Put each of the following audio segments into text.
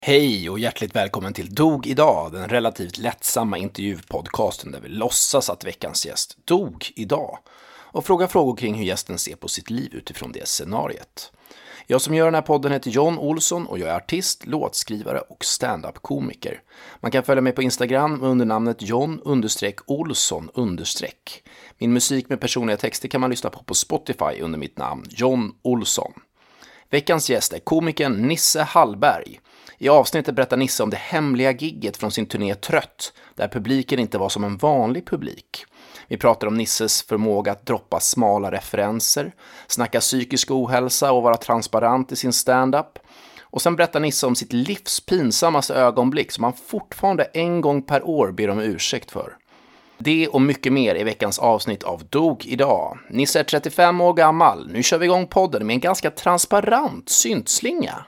Hej och hjärtligt välkommen till Dog idag, den relativt lättsamma intervjupodcasten där vi låtsas att veckans gäst dog idag och frågar frågor kring hur gästen ser på sitt liv utifrån det scenariet. Jag som gör den här podden heter John Olsson och jag är artist, låtskrivare och stand-up-komiker. Man kan följa mig på Instagram under namnet John_Olsson_. Min musik med personliga texter kan man lyssna på Spotify under mitt namn John Olsson. Veckans gäst är komikern Nisse Hallberg. I avsnittet berättar Nisse om det hemliga gigget från sin turné Trött, där publiken inte var som en vanlig publik. Vi pratar om Nisses förmåga att droppa smala referenser, snacka psykisk ohälsa och vara transparent i sin stand-up. Och sen berättar Nisse om sitt livs pinsammaste ögonblick som han fortfarande en gång per år ber om ursäkt för. Det och mycket mer i veckans avsnitt av Dog idag. Nisse är 35 år gammal. Nu kör vi igång podden med en ganska transparent syntslinga.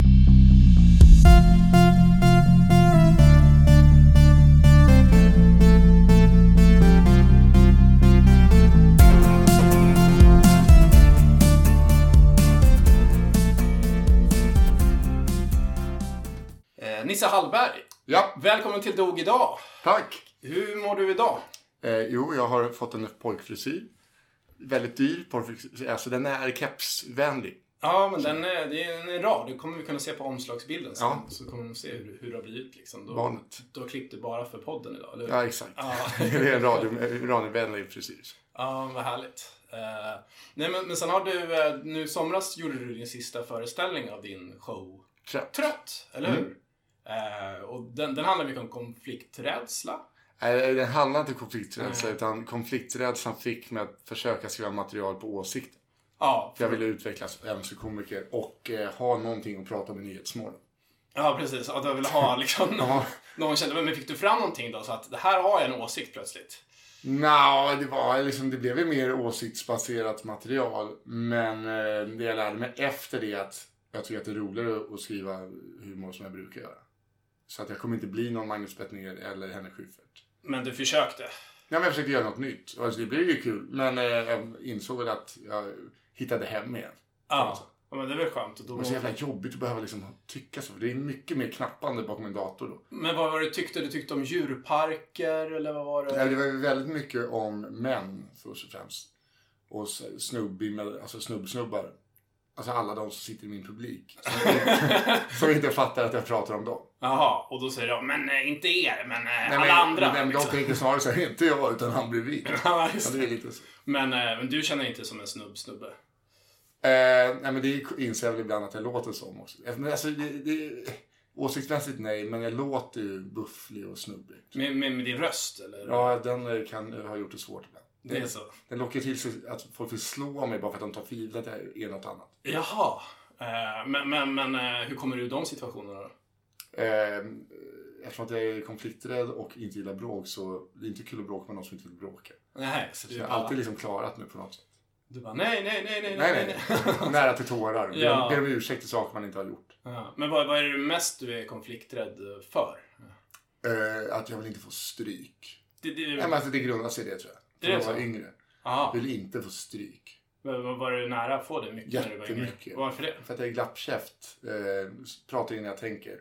Nisse Hallberg, ja. Välkommen till Dog idag. Tack. Hur mår du idag? Jag har fått en pojkfrisyr. Väldigt dyr pojkfrisyr. Alltså den är kepsvänlig. Ja, men den är rar. Det kommer vi kunna se på omslagsbilden sen. Ja. Så kommer vi se hur det har blivit. Liksom. Barnet. Du har klippt det bara för podden idag, eller hur? Ja, exakt. Ja. Det är en radiovänlig frisyr. Ja, vad härligt. Nej, men sen har du, nu i somras gjorde du din sista föreställning av din show Trött, eller hur? Och den handlar mycket om konflikträdsla. Nej, den handlar inte om konflikträdsla utan konflikträdslan fick mig att försöka skriva material på åsikter. Ja. För jag ville utvecklas även som komiker och ha någonting att prata om i Nyhetsmorgon. Ja, precis. Att jag ville ha liksom någon kände, men fick du fram någonting då så att det här har jag en åsikt plötsligt? Det blev ju mer åsiktsbaserat material. Men det jag lärde mig efter det att jag tycker att det är roligare att skriva humor som jag brukar göra. Så att jag kommer inte bli någon Magnus Bettner eller Henrik Schyffert. Men du försökte? Ja, men jag försökte göra något nytt. Alltså, det blev ju kul. Men jag insåg väl att jag hittade hem igen. Ja, men det är väl skönt. Det var så jävla jobbigt att behöva tycka så. Det är mycket mer knappande bakom en dator då. Men vad var det du tyckte? Du tyckte om djurparker eller vad var det? Ja, det var väldigt mycket om män först och främst. Och snubbsnubbar. Alltså alla de som sitter i min publik. Som inte fattar att jag pratar om dem. Jaha, och då säger de, men inte er, men alla andra. Men liksom. de tänker snarare så här, inte jag utan han bredvid. Ja, just det är lite så. Men du känner inte som en snubbe? Nej, men det inser jag väl ibland att jag låter som också. Men alltså, åsiktsmässigt nej, men jag låter ju bufflig och snubbig. Med din röst, eller? Ja, den kan ha gjort det svårt ibland. Det är så. Den lockar till sig att folk vill slå mig bara för att de tar för givet att jag är något annat. Jaha. Men hur kommer du i de situationerna då? Eftersom att jag är konflikträdd och inte gillar bråk så det är inte kul att bråka med någon som inte vill bråka. Nej, så jag har alltid klarat mig på något sätt. Du bara nej. Nära till tårar. Ja. Ber om ursäkt till saker man inte har gjort. Ja. Men vad är det mest du är konflikträdd för? Att jag vill inte få stryk. Nej, men alltså, det grundar sig i det, tror jag. När jag var yngre. Aha. Jag vill inte få stryk. Men var du nära att få det mycket? Jättemycket. Varför det? För att jag är glappkäft. Pratar innan jag tänker.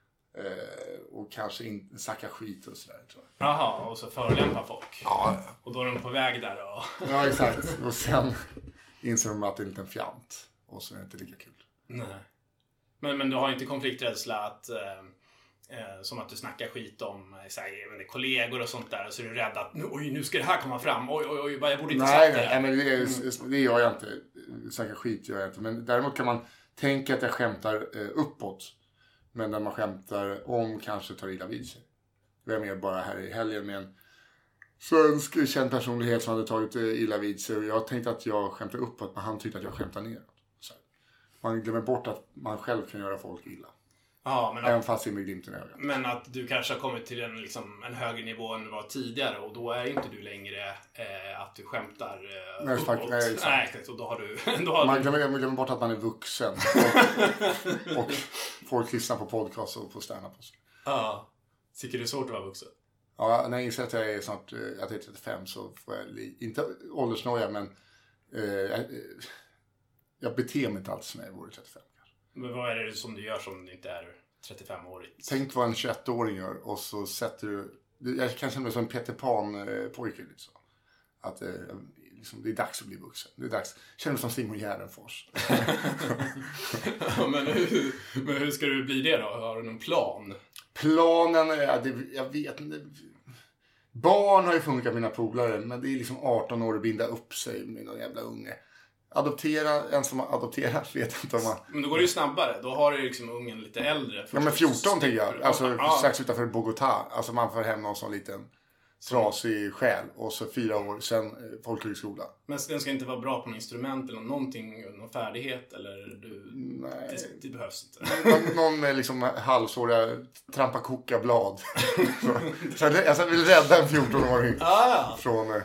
Och kanske inte snacka skit och sådär, tror jag. Jaha, och så förolämpar folk. Ja. Och då är de på väg där och... Ja, exakt. Och sen inser de att det är en liten fjant. Och så är det inte lika kul. Nej. Men du har inte konflikträdsla att... som att du snackar skit om kollegor och sånt där, så är du rädd att nu ska det här komma fram, oj, jag borde inte sagt det. Nej, men det gör jag inte. Snacka skit gör jag inte. Men däremot kan man tänka att jag skämtar uppåt, men när man skämtar om kanske tar illa vid sig. Vi är med bara här i helgen med en svensk känd personlighet som hade tagit illa vid sig, och jag tänkte att jag skämtar uppåt, men han tyckte att jag skämtar neråt. Så man glömmer bort att man själv kan göra folk illa. Ja, men även fast med glimten i ögat. Men att du kanske har kommit till en högre nivå än du var tidigare, och då är inte du längre att du skämtar uppåt. Nej, exakt. Och då har du... Man glömmer bort att man är vuxen. Och folk lyssnar på podcast och på stand-up. Ja. Tycker det är svårt att vara vuxen? Ja, när jag inser att jag är snart att jag är 35 så får jag inte åldersnoja, men jag beter mig inte alls när jag vore 35 kanske. Men vad är det som du gör som inte är 35-årigt. Tänk vad en 21-åring gör och så sätter du... Jag kan känna mig som en Peter Pan-pojke. Liksom. Att liksom, det är dags att bli vuxen. Det är dags. Känner mig som Simon Gärdenfors. men hur ska du bli det då? Har du någon plan? Planen är... Jag vet inte... Barn har ju funkat mina polare, men det är liksom 18 år att binda upp sig med någon jävla unge. Adoptera, en som har adopterat vet inte om man... Men då går det ju snabbare, då har du liksom ungen lite äldre. Ja men 14 tänker jag, alltså strax utanför Bogotá. Alltså man får hem någon sån liten trasig själ och så 4 år sen folkhögskola. Men den ska inte vara bra på något instrument eller någonting, någon färdighet eller du... Nej. Det behövs inte. Någon med liksom halvsåriga trampa koka-blad. så jag vill rädda en 14-åring från...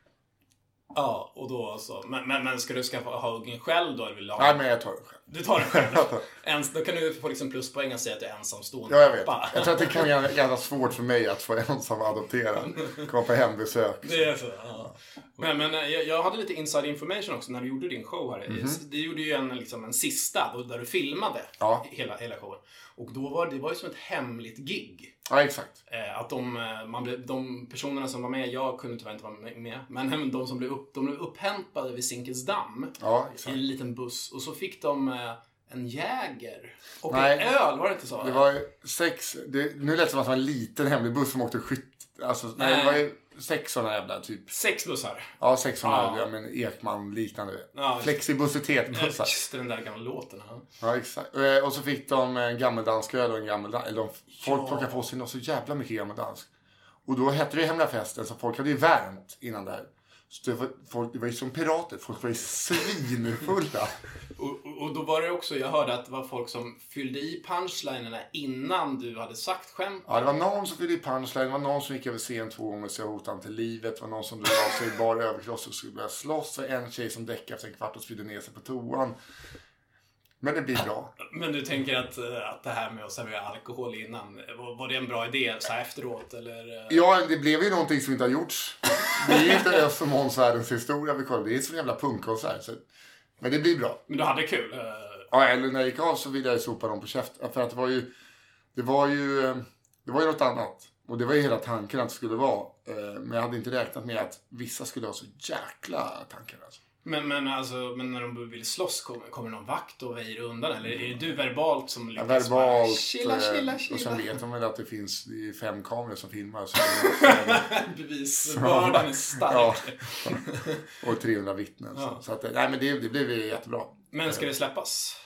Ja, och då alltså. Men ska du ha ungen själv då? Eller vill du ha... Nej, men jag tar den själv. Du tar den själv? Då kan du få liksom pluspoäng och säga att du är ensamstående. Ja, jag vet. Jag tror att det kan vara jävla svårt för mig att få ensam adoptera. Komma på hembesök. Det är så, ja. Men jag hade lite inside information också när du gjorde din show här. Du gjorde ju en sista där du filmade hela showen. Och då var det ju som ett hemligt gig. Ja, exakt. Att de personerna som var med, jag kunde tyvärr inte vara med, men de som blev upphämtade vid Zinkensdamm i en liten buss. Och så fick de en Jäger och en öl, var det inte så? Det var 6, nu lät det som att det var en liten hemlig buss som åkte skytt. Alltså, nej, det var ju 6 sådana jävla typ. 6 bussar? Ja, 6 sådana men Ekman liknande. Ja, flexibilitet-bussar. Just den där gamla låten. Ja, exakt. Och så fick de en gammeldansk öl och en gammeldansk. Eller folk plockade på sig så jävla mycket gammeldansk. Och då hette det hemliga festen, så folk hade ju värmt innan det här. Så det var ju som pirater, folk var ju svinfulla. och då var det också, jag hörde att det var folk som fyllde i punchlinerna innan du hade sagt skämt. Ja, det var någon som fyllde i punchline, det var någon som gick över scen 2 gånger så jag hotade till livet. Det var någon som drog av sig bara överkross och skulle börja slåss. För en tjej som däckade efter en kvart och spydde ner sig på toan. Men det blir bra. Men du tänker att det här med att servera alkohol innan, var det en bra idé så här efteråt? Eller? Ja, det blev ju någonting som inte har gjorts. Det är inte Öst och Måns världens historia vi kollar. Det är en sån jävla punkkonsert. Så... Men det blir bra. Men du hade kul? Ja, eller när jag gick av så ville jag sopa dem på käften. För att det var ju något annat. Och det var ju hela tanken att det skulle vara. Men jag hade inte räknat med att vissa skulle ha så jäkla tankar alltså. Men när de vill slåss, kommer någon vakt och väjer undan? Eller är det du verbalt som lyckas? Ja, verbalt. Chilla. Och sen vet de väl att det finns 5 kameror som filmar. Bevisbördan är stark. Ja. Och 300 vittnen. Ja. Så att, nej, men det blev jättebra. Men ska det släppas?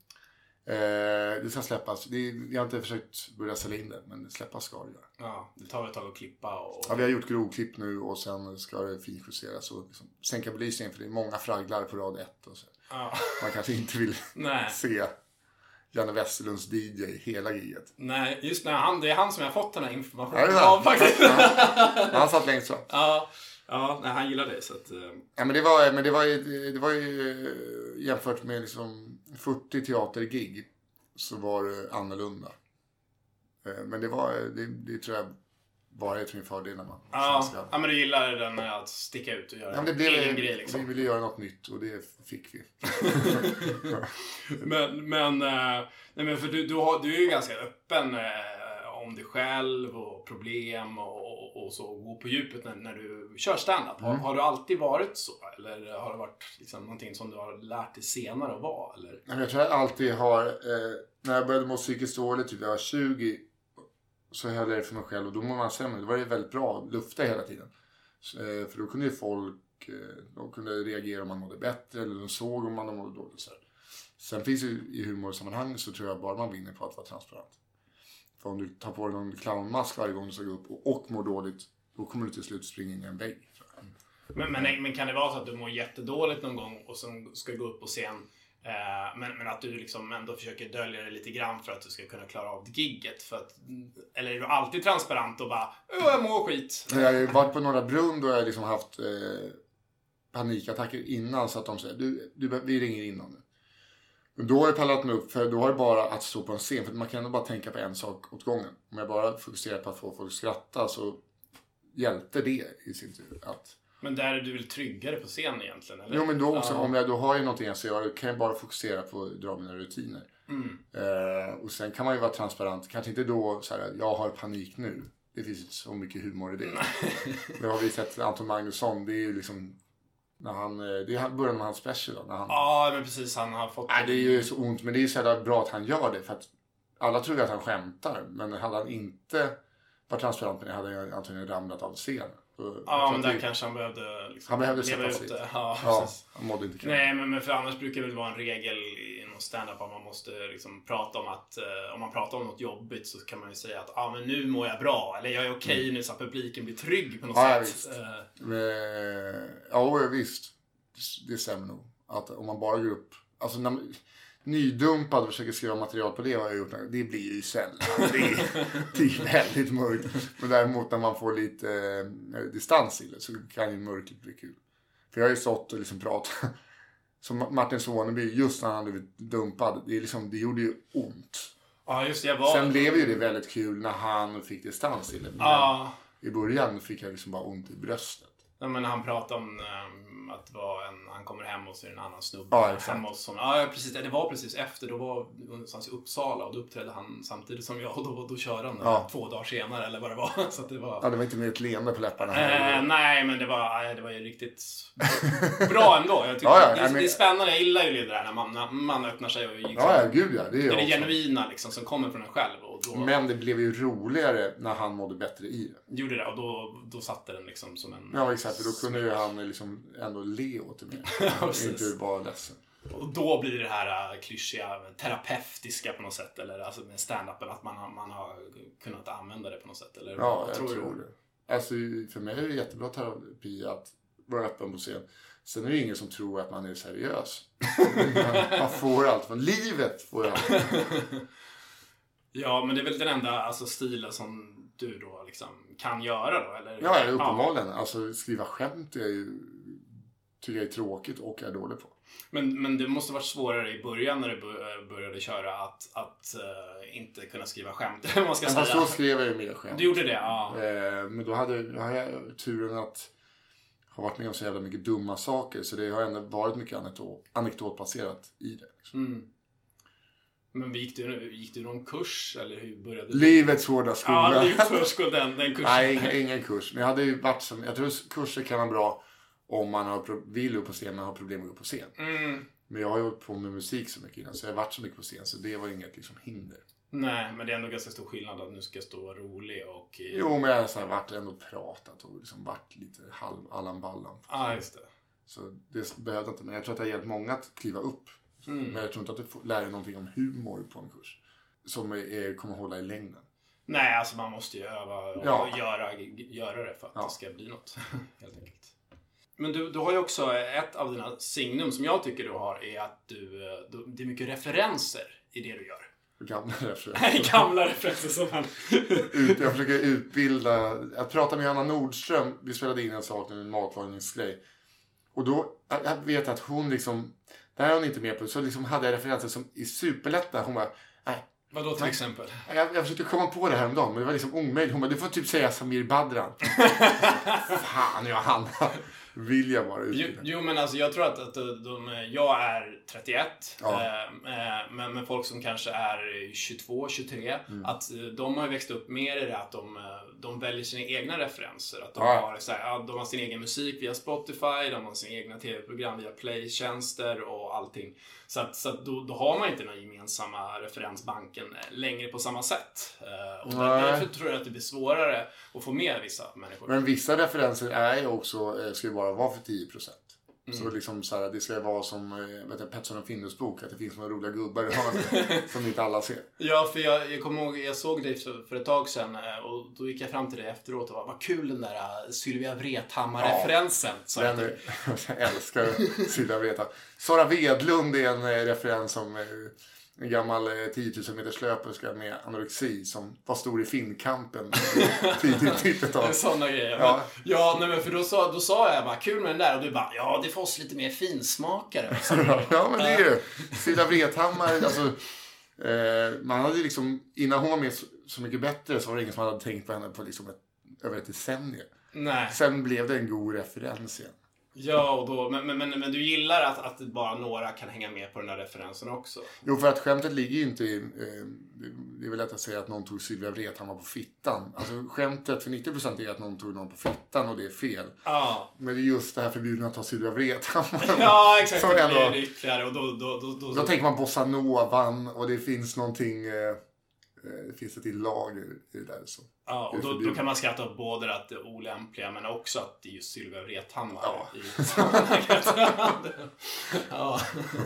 Det ska släppas. Jag har inte försökt börja sälja in det, men det släppas ska det göra. Ja, det tar ett tag att klippa. Ja, vi har gjort grovklipp nu och sen ska det finjusteras och liksom sänka belysningen för det är många fragglar på rad 1. Och så. Ja. Man kanske inte vill se Janne Westerlunds DJ hela giget. Nej, just det är han som jag har fått den här informationen av faktiskt. Ja. Han satt längst fram. Ja, han gillar det så att... Ja, men det var ju jämfört med liksom 40 teatergig så var det annorlunda. Men det tror jag bara är till min fördel när man... Ja, men du gillar den att sticka ut och göra en egen grej liksom. Vi ville göra något nytt och det fick vi. men för du är ju ganska öppen om dig själv och problem och så gå på djupet när du kör stand-up. Har du alltid varit så? Eller har det varit liksom någonting som du har lärt dig senare att vara? Eller? Jag tror jag alltid har... när jag började må psykiskt dåligt, typ jag var 20, så höll jag det för mig själv. Och då må man sämre. Det var ju väldigt bra att lufta hela tiden. För då kunde ju folk... de kunde reagera om man mådde bättre. Eller de såg om man mådde dåligt. Så här. Sen finns ju i humorsammanhang så tror jag bara man vinner på att vara transparent. För om du tar på dig någon clownmask varje gång du ska gå upp och mår dåligt, då kommer du till slut springa in i en vägg. Men kan det vara så att du mår jättedåligt någon gång och sen ska gå upp på scen, men att du liksom ändå försöker dölja det lite grann för att du ska kunna klara av gigget? Eller är du alltid transparent och bara, jag mår skit? Jag har ju varit på några brunn då jag liksom haft panikattacker innan så att de säger, vi ringer innan nu. Då har jag pallat mig upp, för då har jag bara att stå på en scen. För man kan ändå bara tänka på en sak åt gången. Om jag bara fokuserar på att få folk att skratta så hjälper det i sin tur. Men där är du väl tryggare på scen egentligen? Eller? Jo, men då också, om jag då har ju någonting att säga, då kan jag bara fokusera på att dra mina rutiner. Och sen kan man ju vara transparent. Kanske inte då så här, jag har panik nu. Det finns så mycket humor i det. Det har vi sett Anton Magnusson. Det är ju liksom när det är början med hans special då, när han... Ja, men precis, han har fått... Nej, det är ju så ont, men det är ju så jävla bra att han gör det. För att alla tror att han skämtar. Men hade han inte varit transparent med det hade han antagligen ramlat av scenen. Ja, men där kanske han behövde liksom, han behövde sätta sig. Ja, han mådde inte kul. Nej, men för annars brukar det väl vara en regel inom stand-up att man måste liksom prata om att om man pratar om något jobbigt så kan man ju säga att men nu mår jag bra eller jag är okej nu så att publiken blir trygg på något sätt. Visst. Ja, visst. Det stämmer nog. Att om man bara går upp... Alltså när man, nydumpad och försöker skriva material på det har jag gjort. Det blir ju sällan. Det är väldigt mörkt. Men däremot när man får lite distans i det så kan ju mörkret bli kul. För jag har ju stått och liksom pratat. Som Martin Svaneby, just när han blivit dumpad. Det gjorde ju ont. Ja, just det. Sen blev ju det väldigt kul när han fick distans i det. Men i början fick jag liksom bara ont i bröstet. Ja, men han pratade om att han kommer hem och så är det en annan snubbe. Ja, exakt. Precis. Det var precis efter. Då var någonstans i Uppsala och då uppträdde han samtidigt som jag. Och då körde han 2 dagar senare eller vad det var. Så att det var... Ja, det var inte mer ett leende på läpparna. Nej, men det var ju riktigt bra ändå. Jag tycker det är spännande. Jag gillar ju det där när man öppnar sig och liksom, gud ja. Det är det genuina liksom, som kommer från en själv. Och då... Men det blev ju roligare när han mådde bättre i det. Gjorde det, och då satte den liksom som en... Ja, exakt. Då kunde ju han liksom ändå le åt det mer. Inte bara ledsen. Och då blir det här klyschiga, terapeutiska på något sätt. Eller alltså med stand-upen, att man har kunnat använda det på något sätt. Eller, ja, jag tror det. Alltså för mig är det jättebra terapi att vara öppen på scen. Sen är det ingen som tror att man är seriös. Man får allt från livet. Ja, men det är väl den enda stilen som du då liksom kan göra då? Eller? Ja, uppenbarligen. Alltså skriva skämt tycker jag är tråkigt och är dålig på. Men det måste varit svårare i början när du började köra att inte kunna skriva skämt. Man ska säga. Så skrev jag ju mer skämt. Du gjorde det, ja. Men då hade jag turen att ha varit med om så jävla mycket dumma saker. Så det har ändå varit mycket anekdotbaserat i det. Liksom. Men gick du någon kurs eller hur började du? Livets hårda skola. Ja, livets hårda skola, den kursen. Nej, ingen kurs. Men jag hade ju varit jag tror kurser kan vara bra om man vill upp på scen men har problem att gå på scen. Men jag har ju hållit på med musik så mycket innan så jag har varit så mycket på scen så det var inget liksom hinder. Nej, men det är ändå ganska stor skillnad att nu ska jag stå rolig och... Jo, men jag har varit ändå pratat och liksom varit lite Allan Ballan. Ja, just det. Så det behövde inte, men jag tror att det har hjälpt många att kliva upp. Men jag tror inte att du får lära dig någonting om humor på en kurs. Som kommer hålla i längden. Nej, alltså man måste ju öva och göra det för att det ska bli något, helt enkelt. Men du har ju också ett av dina signum som jag tycker du har är att det är mycket referenser i det du gör. Gamla referenser som man... Jag försöker utbilda... Jag pratade med Anna Nordström. Vi spelade in en sak, en matlagningsgrej. Och då, jag vet att hon liksom... Det här är hon inte med på. Så liksom hade jag referenser som är superlätta. Hon bara, nej. Vadå till exempel? Jag försökte komma på det här om dagen, men det var liksom omöjligt. Hon bara, du får typ säga Samir Badran. Fan, Johanna. Vill jag bara utbilda. Jo, men alltså jag tror att jag är 31. Men folk som kanske är 22, 23. Att de har växt upp mer i det att de väljer sina egna referenser. Att de har sin egen musik via Spotify. De har sina egna tv-program via Play-tjänster och allting. Så att då har man inte den gemensamma referensbanken längre på samma sätt. Och därför tror jag att det blir svårare att få med vissa människor. Men vissa referenser är ju också, ska ju bara vara för 10%. Så liksom så här, det ska vara som Pettersson och Findus bok, att det finns några roliga gubbar i hörnet som inte alla ser. Ja, för jag kommer ihåg, jag såg dig för ett tag sedan och då gick jag fram till dig efteråt och var vad kul den där Sylvia Vrethammar-referensen. Jag älskar Sylvia Vrethammar. Sara Vedlund är en referens som en gammal 10 000 meters löperska med anorexi som var stor i Finnkampen tidigt. Sådana grejer. Ja, men för då sa jag bara kul med den där och du bara ja, det får oss lite mer finsmakare. Ja, men det är ju Sylvia Vrethammar, alltså man hade liksom innan hon var med Så mycket bättre så var det ingen som hade tänkt på henne på liksom över ett decennium. Nej. Sen blev det en god referens igen. Ja, och då, men du gillar att bara några kan hänga med på den här referensen också? Jo, för att skämtet ligger ju inte i... det är väl lätt att säga att någon tog Sylvia Vrethammar på fittan. Alltså skämtet för 90% är att någon tog någon på fittan och det är fel. Ja. Men det är just det här förbjudna att ta Sylvia Vrethammar. Ja, exakt. Så ändå, det är ytterligare. Och då tänker man bossa novan och det finns någonting... det finns ett till lager i det där. Så. Ja, och då kan man skratta åt både att det är olämpliga men också att det är just Sylvia Vrethammar i sammanhanget. Ja.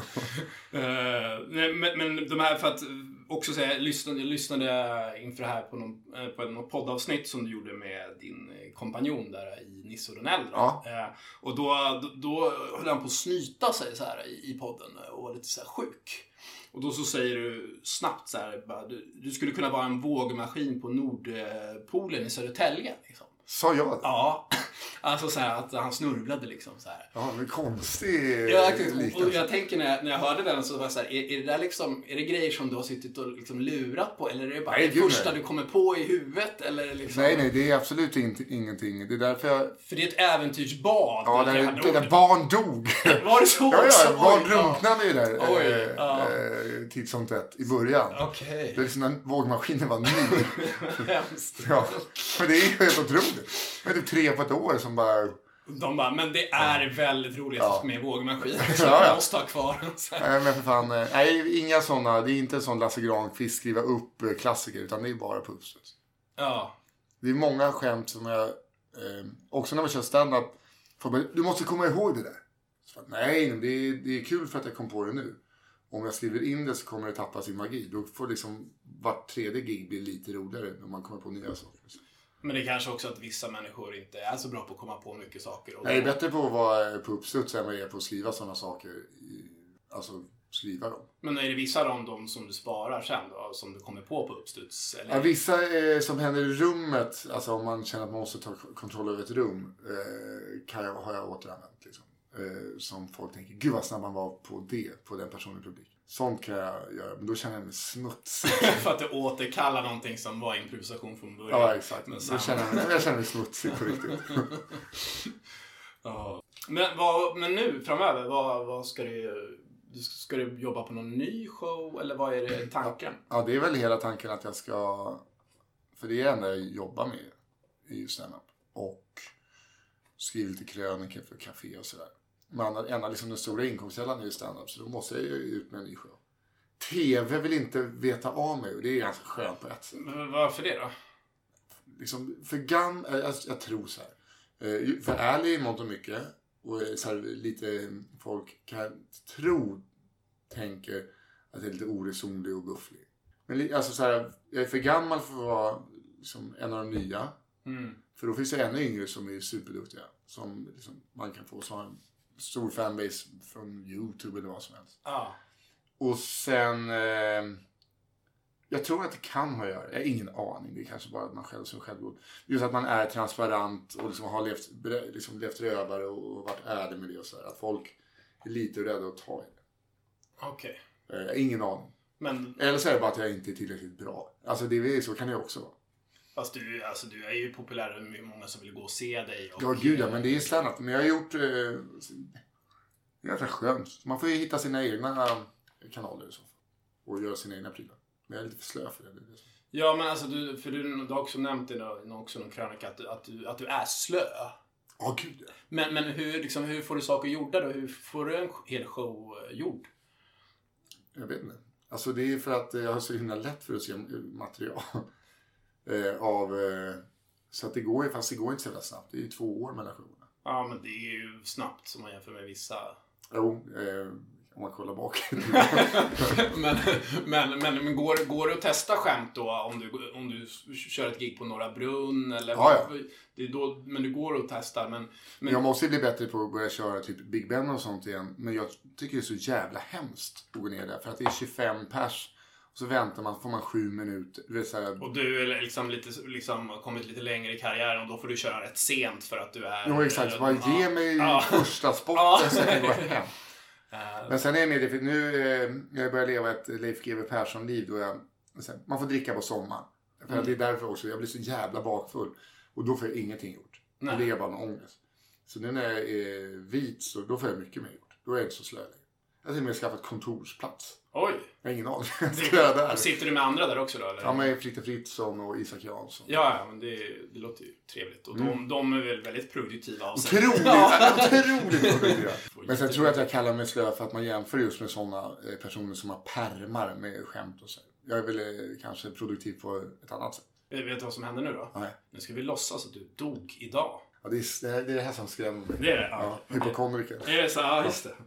Men de här, för att också säga, jag lyssnade inför det här på något poddavsnitt som du gjorde med din kompanjon där i Nisse och den äldre. Ja. Och då höll han på att snyta sig så här i podden och var lite så här sjuk. Och då så säger du snabbt så här, bara, du skulle kunna vara en vågmaskin på Nordpolen i Södertälje liksom. Sa jag det? Ja, alltså så här att han snurvlade liksom så här. Ja, men konstig och jag tänker när jag hörde den så var jag så här, är det där liksom, är det grejer som du har suttit och liksom lurat på eller är det bara det första du kommer på i huvudet eller liksom? Nej, det är absolut ingenting. Det är därför jag... För det är ett äventyrsbad. Ja, där barn dog. Var det så? Ja, barn drunknade ju där titt som tätt i början. Okej. Det är liksom när vågmaskinen var ny. Hemskt. Ja, men det är ju helt otroligt. Men det är 3 på ett år som bara... De bara, men det är väldigt roligt med vågmaskin. Så jag måste ha kvar den. Nej, men för fan. Nej, inga sådana. Det är inte en sån Lasse Granqvist skriva upp klassiker. Utan det är bara på uppstöd. Ja. Det är många skämt som jag... också när man kör stand-up. Du måste komma ihåg det där. Så, nej, det är kul för att jag kom på det nu. Om jag skriver in det så kommer det tappa sin magi. Då får liksom vart tredje gig bli lite roligare när man kommer på nya saker. Men det är kanske också att vissa människor inte är så bra på att komma på mycket saker. Jag är bättre på att vara på uppstuds än vad jag är på att skriva sådana saker. Alltså skriva dem. Men är det vissa av dem som du sparar sen då? Som du kommer på uppstuds? Eller? Ja, vissa som händer i rummet. Alltså om man känner att man måste ta kontroll över ett rum. Har jag återanvänt liksom. Som folk tänker, gud vad snabb man var på den personen i publik. Sånt kan jag göra, men då känner jag mig smutsig. För att du återkallar någonting som var improvisation från början. Ja, exakt. Men då känner jag mig smutsig på riktigt. Ja. Men nu framöver, vad ska du jobba på någon ny show? Eller vad är det tanken? Ja, det är väl hela tanken att jag ska... För det är det enda jag jobbar med i stand-up. Och skriver lite krönikor för café och sådär. Men en av liksom den stora inkomstkällan är ju stand-up. Så då måste jag ju ut med en ny show. TV vill inte veta av mig. Och det är ganska skönt på ett sätt. Men varför det då? Liksom, jag tror så här. För ärlig i mångt och mycket. Och så här, lite folk kan tänker att jag är lite oresonlig och bufflig. Men alltså så här, jag är för gammal för att vara liksom, en av de nya. Mm. För då finns det ännu yngre som är superduktiga. Som liksom, man kan få så en stor fanbase från YouTube eller vad som helst. Och sen... jag tror att det kan ha att göra. Jag har ingen aning. Det är kanske bara att man själv som självgod. Just att man är transparent och liksom har levt rövare och varit ärlig med det och så här. Att folk är lite rädda att ta i det. Okej. Jag har ingen aning. Men... Eller så är det bara att jag inte är tillräckligt bra. Alltså så kan det också vara. Fast du är ju populär och det är många som vill gå och se dig. Och... Ja, gud ja, men det är stand-up. Men jag har gjort... det är ganska skönt. Man får ju hitta sina egna kanaler och så. Och göra sina egna prylar. Men jag är lite för slö för det. Ja, men alltså du har också nämnt i någon krönika att du är slö. Ja, gud ja. Men hur får du saker gjorda då? Hur får du en hel show gjord? Jag vet inte. Alltså det är för att jag har så himla lätt för att se material. Så att det går inte så jävla snabbt. Det är ju 2 år mellan showerna. Ja, men det är ju snabbt som man jämför med vissa. Jo, om man kollar bak. men går det att testa skämt då om du kör ett gig på Norra Brunn eller ja. Det är då, men du går att testa men jag måste bli bättre på att börja köra typ Big Ben och sånt igen, men jag tycker det är så jävla hemskt att gå ner där för att det är 25 pers och så får man 7 minuter. Och du är liksom kommit lite längre i karriären och då får du köra rätt sent för att du är... Jo, exakt. Bara ge mig första spotten så kan jag gå hem. Men sen är jag med det, för nu när jag börjar leva ett Leif GW Persson-liv då man får dricka på sommaren. För att det är därför också, jag blir så jävla bakfull. Och då får jag ingenting gjort. Det är bara en ångest. Så nu när jag är vit så då får jag mycket mer gjort. Då är jag inte så slö längre. Jag har till och med skaffat kontorsplats. Oj! Jag har ingen aning. Där. Sitter du med andra där också då? Eller? Ja, med Fritte Fritzson och Isak Jansson. Ja, men det låter ju trevligt. Och de är väl väldigt produktiva av sig. Otroligt produktiva. Men sen tror jag att jag kallar mig slö för att man jämför just med sådana personer som har pärmar med skämt och så. Jag är väl kanske produktiv på ett annat sätt. Vet du vad som händer nu då? Nej. Nu ska vi låtsas att du dog idag. Ja, det är det här som skrämmer mig. Det är det? Ja, hypokondriker. Är det så? Ja, just det.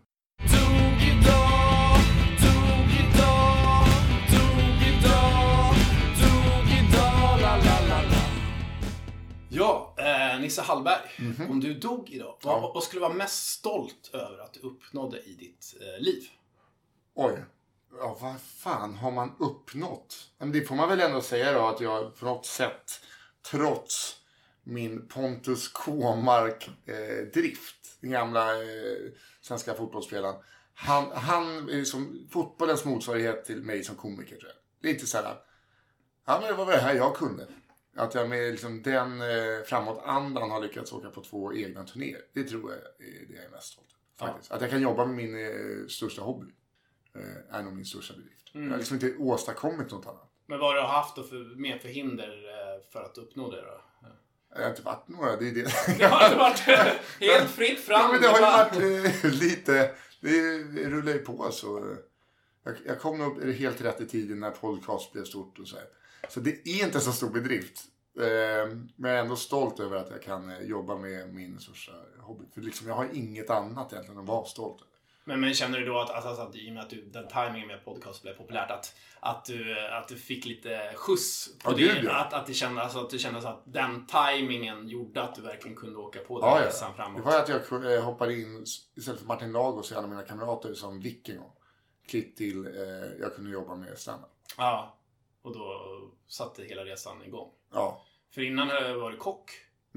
Ja, Nisse Hallberg. Om du dog idag, vad skulle du vara mest stolt över att du uppnådde i ditt liv? Oj. Ja, vad fan har man uppnått? Men det får man väl ändå säga då att jag på något sätt, trots min Pontus Kåmark-drift, den gamla svenska fotbollsspelaren, han är som fotbollens motsvarighet till mig som komiker, tror jag. Lite sådär, ja men det var väl det här jag kunde. Att jag med liksom den framåtandan har lyckats åka på 2 egna turnéer. Det tror jag är det jag är mest stolt faktiskt. Att jag kan jobba med min största hobby. Är nog min största bedrift. Jag har liksom inte åstadkommit något annat. Men vad har du haft då mer för hinder för att uppnå det då? Det har inte varit några, det är det. Det har inte varit helt fritt fram. Ja, men det har ju varit lite, det rullar ju på så. Jag kom nog helt rätt i tiden när podcast blev stort och så här. Så det är inte så stor bedrift. Men jag är ändå stolt över att jag kan jobba med min största hobby. För liksom, jag har inget annat egentligen att vara stolt över. Men känner du då att i och med att den timingen med podcast blev populärt att du fick lite skjuts på det? Gud, ja. Att det kändes att den timingen gjorde att du verkligen kunde åka på den resan framåt? Det var att jag hoppade in istället för Martin Lagos och alla mina kamrater som Vick en gång. Klipp till jag kunde jobba med stand-up. Ja, och då satte hela resan igång. Ja. För innan var det kock.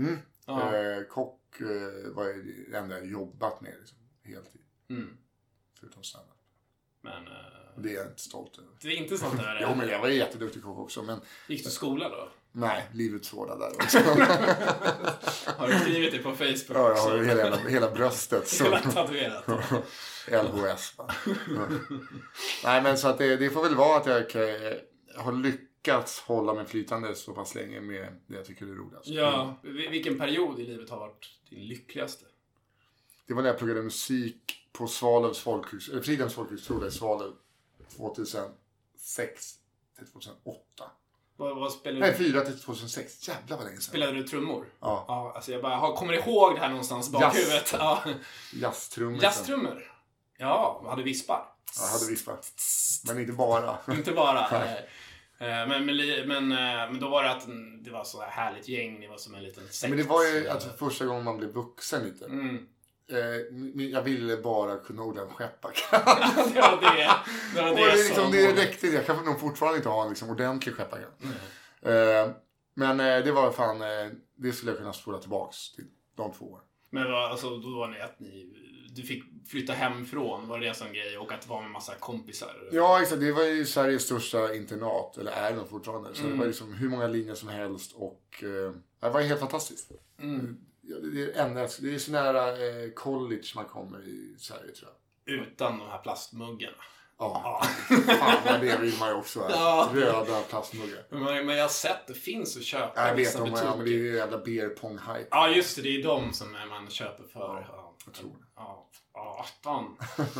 Kock var det enda jag jobbat med liksom, heltid. Förutom stand-up. Men det är jag inte stolt över. Du är inte stolt över det? Jo, men jag var jätteduktig kock också. Men gick du skola då? Nej, livets hårda där också. Har du skrivit det på Facebook? Ja, jag har hela bröstet. Så. Hela tatuerat. LHS. Nej, men så att det får väl vara att jag har lyckats hålla mig flytande så pass länge med det jag tycker är roligast. Ja, vilken period i livet har varit din lyckligaste? Det var när jag pluggade musik på Fridhems folkhögskola i Svalöv 2006 till 2008. Vad spelade du? Nej, 4 till 2006. Jävlar vad länge sedan. Spelade du trummor? Ja. Alltså jag bara kommer ihåg det här någonstans bak huvudet. Ja. Jazztrummor. Jazztrummor? Ja, hade vispar. Ja, hade vispar. Men inte bara. Inte bara. Men då var det att det var så här härligt gäng. Ni var som en liten sekt. Men det var ju alltså första gången man blev vuxen lite. Jag ville bara kunna ordentligt skepparkant. det räckte. Jag kan nog fortfarande inte ha en liksom ordentlig skepparkant. Men det var fan, det skulle jag kunna spola tillbaks till de 2 år. Men då var det att du fick flytta hemifrån, var det en sån grej, och att vara med en massa kompisar? Ja, exakt. Det var ju Sveriges största internat, eller är det fortfarande. Så det var liksom hur många linjer som helst och det var helt fantastiskt. Det är så nära college man kommer i Sverige, tror jag. Utan de här plastmuggarna. Ja. Fan, det vill man ju också. Ja. Röda plastmuggar. Men jag har sett det finns att köpa. Jag vet om men det är ju jävla beer pong hype. Ja, just det. Det är de som man köper för. Ja, jag tror det. Ja, 18.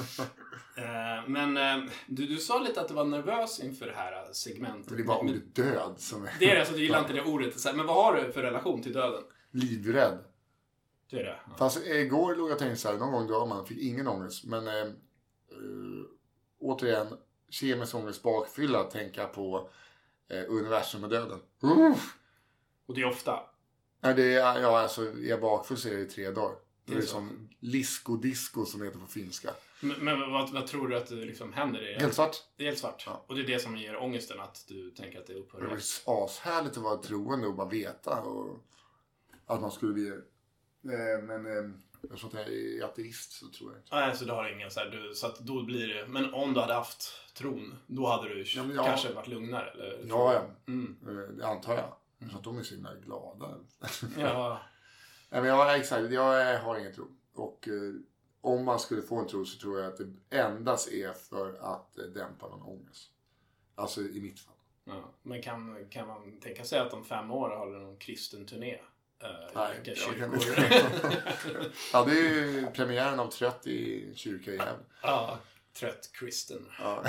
Men du sa lite att du var nervös inför det här segmentet. Men det var ordet död som är... Det är det, så du gillar inte det ordet. Men vad har du för relation till döden? Livrädd. Det är det. Ja. Fast igår låg jag och tänkte så här, någon gång dör man, fick ingen ångest. Men återigen, kemisk ångest bakfylla, tänka på universum och döden. Och det är ofta? Nej, alltså är jag bakfull så är det 3 dagar. Det är som disco som heter på finska. Men vad tror du att det liksom händer? Helt svart. Det är helt svart. Ja. Och det är det som ger ångesten, att du tänker att det upphör. Det var ashärligt att vara troende och bara veta och att man skulle bli... Men jag tror att jag är ateist, så tror jag inte. Nej, så du har ingen så här, så att då blir det... Men om du hade haft tron, då hade du kanske varit lugnare, eller? Ja. Det antar jag. Så att de är så himla glada. Ja. Nej, men exakt. Jag har ingen tro. Och om man skulle få en tro så tror jag att det endast är för att dämpa någon ångest. Alltså i mitt fall. Ja. Men kan man tänka sig att om 5 år håller någon kristen turné? Nej, ja, det är ju premiären av Trött i kyrka i Gävle. Ja, Trött kristen. Ja.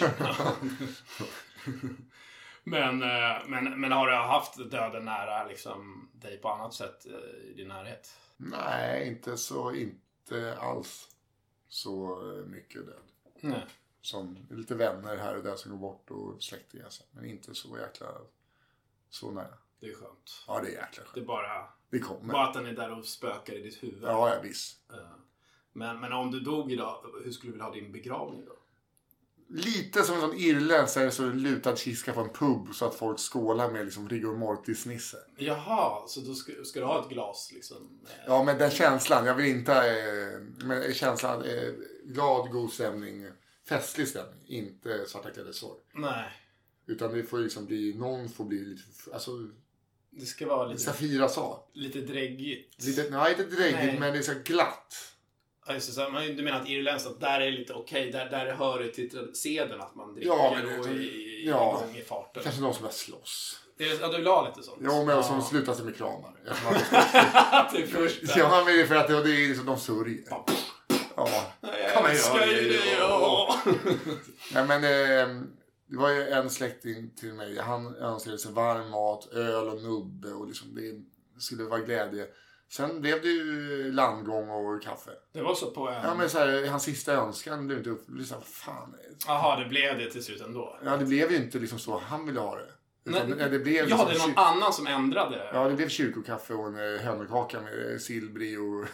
Men har du haft döden nära liksom, dig på annat sätt i din närhet? Nej, inte alls så mycket död. Nej. Som lite vänner här och där som går bort och släktingar. Men inte så jäkla så nära. Det är skönt. Ja, det är jäkla skönt. Det är bara, det kommer. Bara att den är där och spökar i ditt huvud. Ja, visst. Men om du dog idag, hur skulle du vilja ha din begravning då? Lite som en sån irländsk så lutad kiska på en pub så att folk skålar med liksom rigor mortis-nisse. Jaha, så då ska du ha ett glas liksom? Ja, men den känslan. Jag vill inte... men känslan glad, god stämning, festlig stämning. Inte svarta kläder sorg. Nej. Utan det får liksom bli... Någon får bli lite... Alltså... Det ska vara lite... Safira sa. Lite dräggigt. Nej, inte dräggigt, men det är så glatt. Ja, just det, så, du menar att irländskt, att där är lite okej, där hör det till seden att man dricker igång i farten. Kanske någon som börjar slåss. Ja, du vill ha lite sånt. Ja, men som slutar sig med kramar. Det är första. Ja, men det är för att det är liksom de sörjer. Ja. Jag älskar ju det, ja. Nej, men det var ju en släkting till mig. Han önskade sig varm mat, öl och nubbe och liksom det skulle vara glädje. Sen blev det ju landgång och kaffe. Det var så på en... Ja, men så här, hans sista önskan blev inte upp. Det så här, fan. Jaha, det blev det till slut ändå. Ja, det blev ju inte liksom så han ville ha det. Utan, det blev liksom, det är någon annan som ändrade. Ja, det blev kyrkokaffe och en hönökaka med silbri och...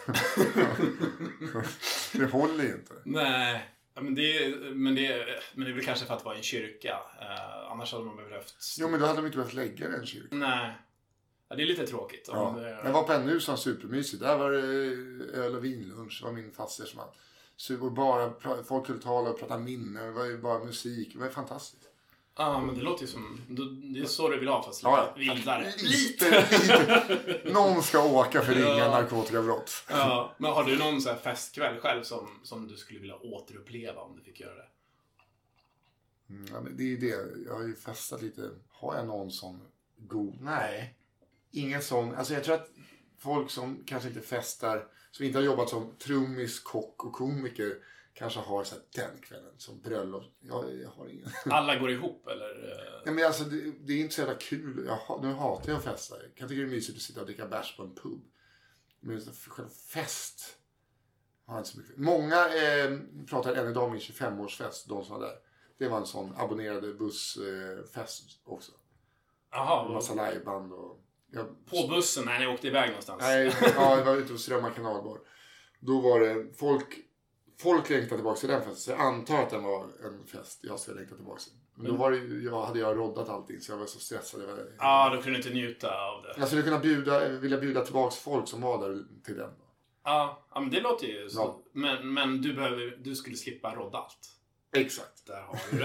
det håller ju inte. Nej, men det är väl kanske för att vara i en kyrka. Annars hade man behövt... Jo, men då hade de inte behövt lägga den kyrkan. Nej. Ja, det är lite tråkigt. Ja. Jag var på en nu som var supermysigt. Där var det öl och vinlunch. Det var min faster som var bara folk skulle tala och prata minnen. Det var ju bara musik. Det var fantastiskt. Ja, men det låter ju som... Det är så du vill ha, fast vildare. Lite. Någon ska åka för ringa narkotikabrott. Ja, men har du någon så här festkväll själv som du skulle vilja återuppleva om du fick göra det? Ja, men det är ju det. Jag har ju festat lite. Har jag någon sån god? Nej. Ingen sån. Alltså jag tror att folk som kanske inte festar, som inte har jobbat som trummis, kock och komiker, kanske har så här, den kvällen som bröllop. Jag har ingen. Alla går ihop eller? Nej, men alltså det är inte så jävla kul. Nu hatar jag att festa. Jag kan tycka det är mysigt att sitta och dricka bärs på en pub. Men själva fest har inte så mycket. Många pratar än idag om min 25-årsfest, de som var där. Det var en sån abonnerade bussfest också. Jaha. En massa liveband och... På bussen när ni åkte iväg någonstans? Nej, jag var ute och Strömma kanalbar. Då var det folk längtade tillbaka till den festen. Så jag antar att den var en fest jag ska längta tillbaka till. Men då var det, hade jag roddat allting så jag var så stressad. Ja, då kunde inte njuta av det. Jag skulle kunna vilja bjuda tillbaka folk som var där till den. Ja, men det låter ju så. Ja. Men du skulle slippa rodda allt. Exakt. Där har du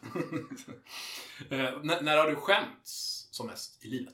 den. När har du skämts som mest i livet?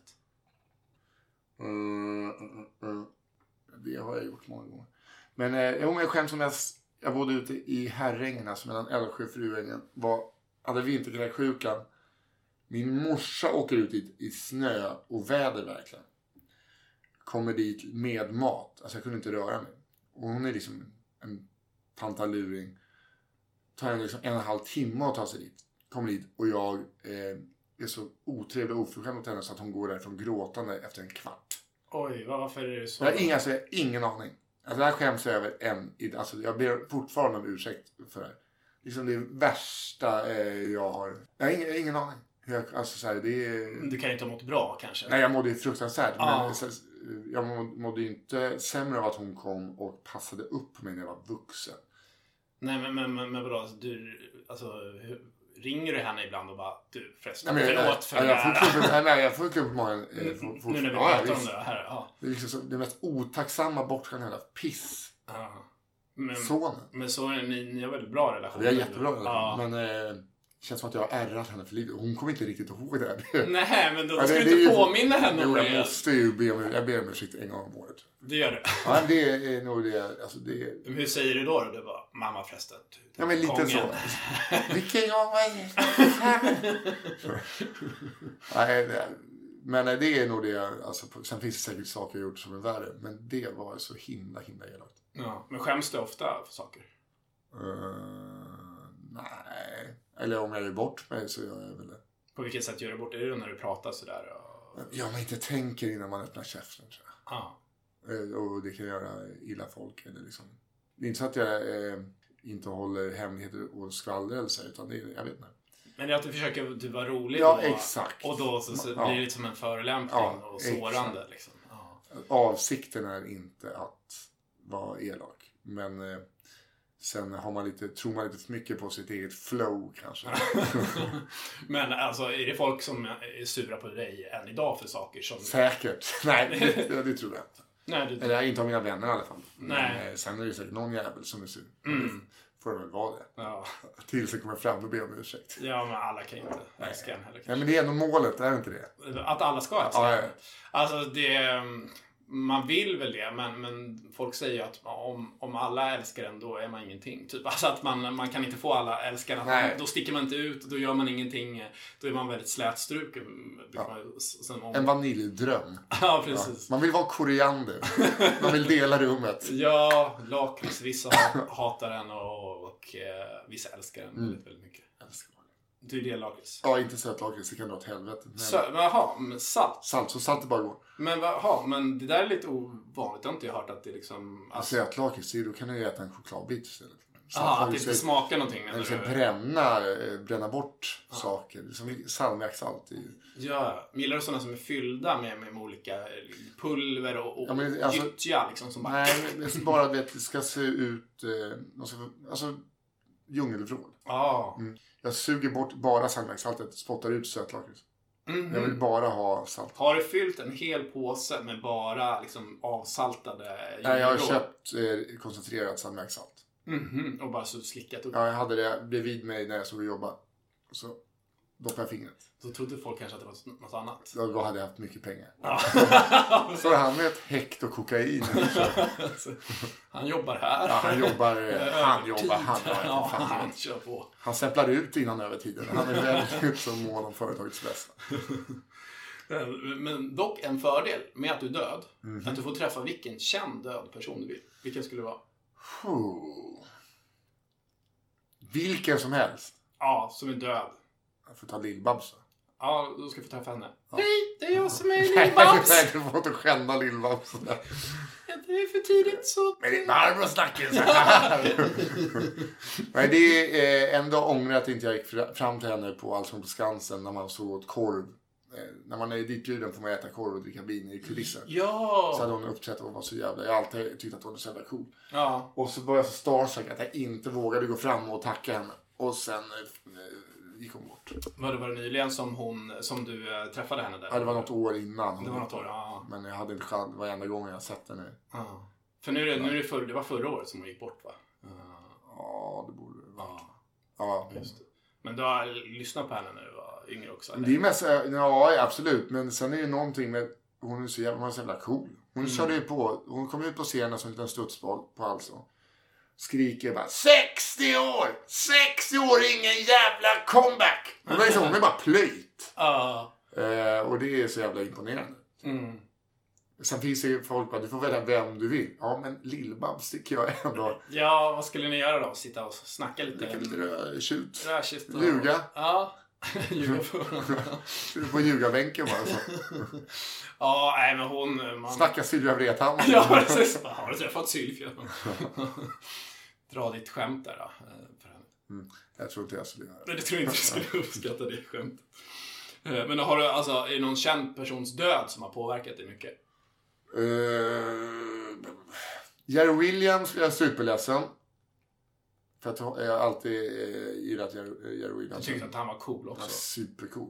Det har jag gjort många gånger. Men jag skämt som jag bodde ute i Herrängen, alltså mellan Älvsjö och Fruängen, hade vinterkräksjukan. Min morsa åker ut i snö och väder verkligen. Kommer dit med mat. Alltså jag kunde inte röra mig. Och hon är liksom en tantaluring. Tar henne liksom 1,5 timme att ta sig dit. Kommer dit och jag är så otrevlig och oförskämd mot henne så att hon går därifrån gråtande efter en kvart. Oj, varför är det så? Jag har ingen aning. Alltså det här skäms jag över alltså jag ber fortfarande om ursäkt för det här. Liksom det värsta jag har. Jag har ingen aning. Alltså så här, du kan ju inte ha mått bra kanske. Nej, jag mådde ju fruktansvärt. Men jag mådde ju inte sämre av att hon kom och passade upp på mig när jag var vuxen. Nej, men vadå? Ringer du henne ibland och bara, du förresten, förlåt för det här. Jag får klump på magen. Nu när vi pratar om det här. Ja. Det är liksom det mest otacksamma bortskämda piss. Ja. Sonen. Men så är ni har väldigt bra relation. Vi har jättebra relation. Ja. Men känns som att jag har ärrat henne för livet. Hon kommer inte riktigt ihåg det. Nej, men då ska du inte påminna henne om det. Jag måste ju jag ber om ursäkt en gång om året. Det gör du. Ja, det är nog det. Alltså det... Men hur säger du då? Det var mamma förresten. Ja, men lite så. Vilken jag var. Nej, men det är nog det. Alltså, sen finns det säkert saker jag gjort som är värre. Men det var så himla elakt. Ja, men skäms du ofta för saker? Nej. Eller om jag gör bort mig så gör jag väl det. På vilket sätt gör du bort? Är det när du pratar sådär? Ja, man inte tänker innan man öppnar käften, tror jag. Ja. Och det kan göra illa folk. Eller liksom. Det är inte så att jag inte håller hemligheter och skvaller eller så, utan det är, jag vet inte. Men det är att du försöker typ vara rolig. Ja, då, exakt. Och då så blir det lite som en förolämpning och sårande. Liksom. Ja. Avsikten är inte att vara elak. Men sen har tror man lite för mycket på sitt eget flow kanske. Men alltså, är det folk som är sura på dig än idag för saker som... Säkert. Nej, det tror jag inte. Nej, Eller inte av mina vänner i alla fall. Nej. Men sen är det säkert någon jävel som är sur. Får det väl vara det. Ja. Tills det kommer fram och ber om ursäkt. Ja, men alla kan ju inte älska en heller. Nej, men det är ändå målet, är det inte det? Att alla ska älska. Ja. Alltså det... Man vill väl det, men folk säger att om alla älskar en, då är man ingenting. Typ. Alltså att man kan inte få alla älskare. Då sticker man inte ut, då gör man ingenting. Då är man väldigt slätstruken. Ja. En vaniljdröm. Ja, precis. Ja. Man vill vara koriander. Man vill dela rummet. Ja, lakrits. Vissa hatar den och vissa älskar den väldigt, väldigt mycket. Du är det lakrits? Ja, inte sötlakrits, det kan dra åt helvete. Men salt? Salt, så salt är bara går. Men det där är lite ovanligt. Jag har inte hört att det liksom... Alltså, sötlakrits, då kan du ju äta en chokladbit istället. Att det inte smakar någonting. Eller bränna bort saker. Som salmiaksalt i. Ja, gillar du sådana som är fyllda med olika pulver och alltså, gyttja liksom som bara... Nej, det är bara det ska se ut... alltså, djungelvrål. Jag suger bort bara salmiaksaltet, spottar ut sötlakrits. Jag vill bara ha salt. Har du fyllt en hel påse med bara liksom avsaltade djurvrål? Nej, jag har köpt koncentrerat salmiaksalt. Och bara så slickat upp. Ja, jag hade det bredvid mig när jag såg jobba. Så doppade jag fingret. Då trodde folk kanske att det var något annat. Då hade jag haft mycket pengar. Så han med ett hekto kokain. Han jobbar här. Ja, han kör på. Han stämplar ut innan övertiden. Han är väldigt så mån om företagets bästa. Men dock en fördel med att du är död. Att du får träffa vilken känd död person du vill. Vilken skulle det vara? Vilken som helst. Ja, som är död. Jag får ta Lill-Babs. Ja, då ska jag få träffa henne. Hej, det är jag som är Lill-Babs. Nej, du får inte skända Lill-Babs. Det är för tidigt så... Men det är Barbro snackar så här. Nej, det är ändå ångrar att inte jag gick fram till henne på Allsång på Skansen när man såg åt korv. När man är ditbjuden får man äta korv och dricka vin i kulisser. Ja. Så hade hon uppträtt och var så jävla... Jag har alltid tyckt att hon är så jävla cool. Ja. Och så började jag så starstruck att jag inte vågade gå fram och tacka henne. Och sen gick hon bort. Var det nyligen som du träffade henne där? Ja, det var något år innan. Det var något år, ja. Men jag hade inte chans, det var enda gången jag sett henne. Ja. För nu är det det var förra året som hon gick bort, va? Ja, det borde det vara. Ja. Just det. Men du har lyssnat på henne när du var yngre också? Eller? Det är mest, ja, absolut. Men sen är det så med, hon är så jävla cool. Hon körde ju på, hon kom ut på scenen som en liten studsboll på Allsång. Skriker bara 60 år! 60 år, ingen jävla comeback! Hon är bara plöjt. Och det är så jävla imponerande. Sen finns det ju folk bara, du får välja vem du vill. Ja, men Lill-Babs tycker jag ändå. Ja, vad skulle ni göra då? Sitta och snacka lite? Lite rödtjut. Och... Ljuga. Ja, ljuga för på ljugarbänken bara så. Ja, nej men hon... Snacka Sylvia Vrethammar. Ja, precis. Har du träffat Sylvia? Dra ditt skämt där då. För henne. Jag tror inte jag skulle göra det. Nej, det tror inte du skulle uppskatta det skämt. Men har du, alltså, är det någon känd persons död som har påverkat dig mycket? Jerry Williams blev jag superledsen. För att jag har alltid gillat Jerry Williams. Jag tyckte att han var cool också. Ja, supercool.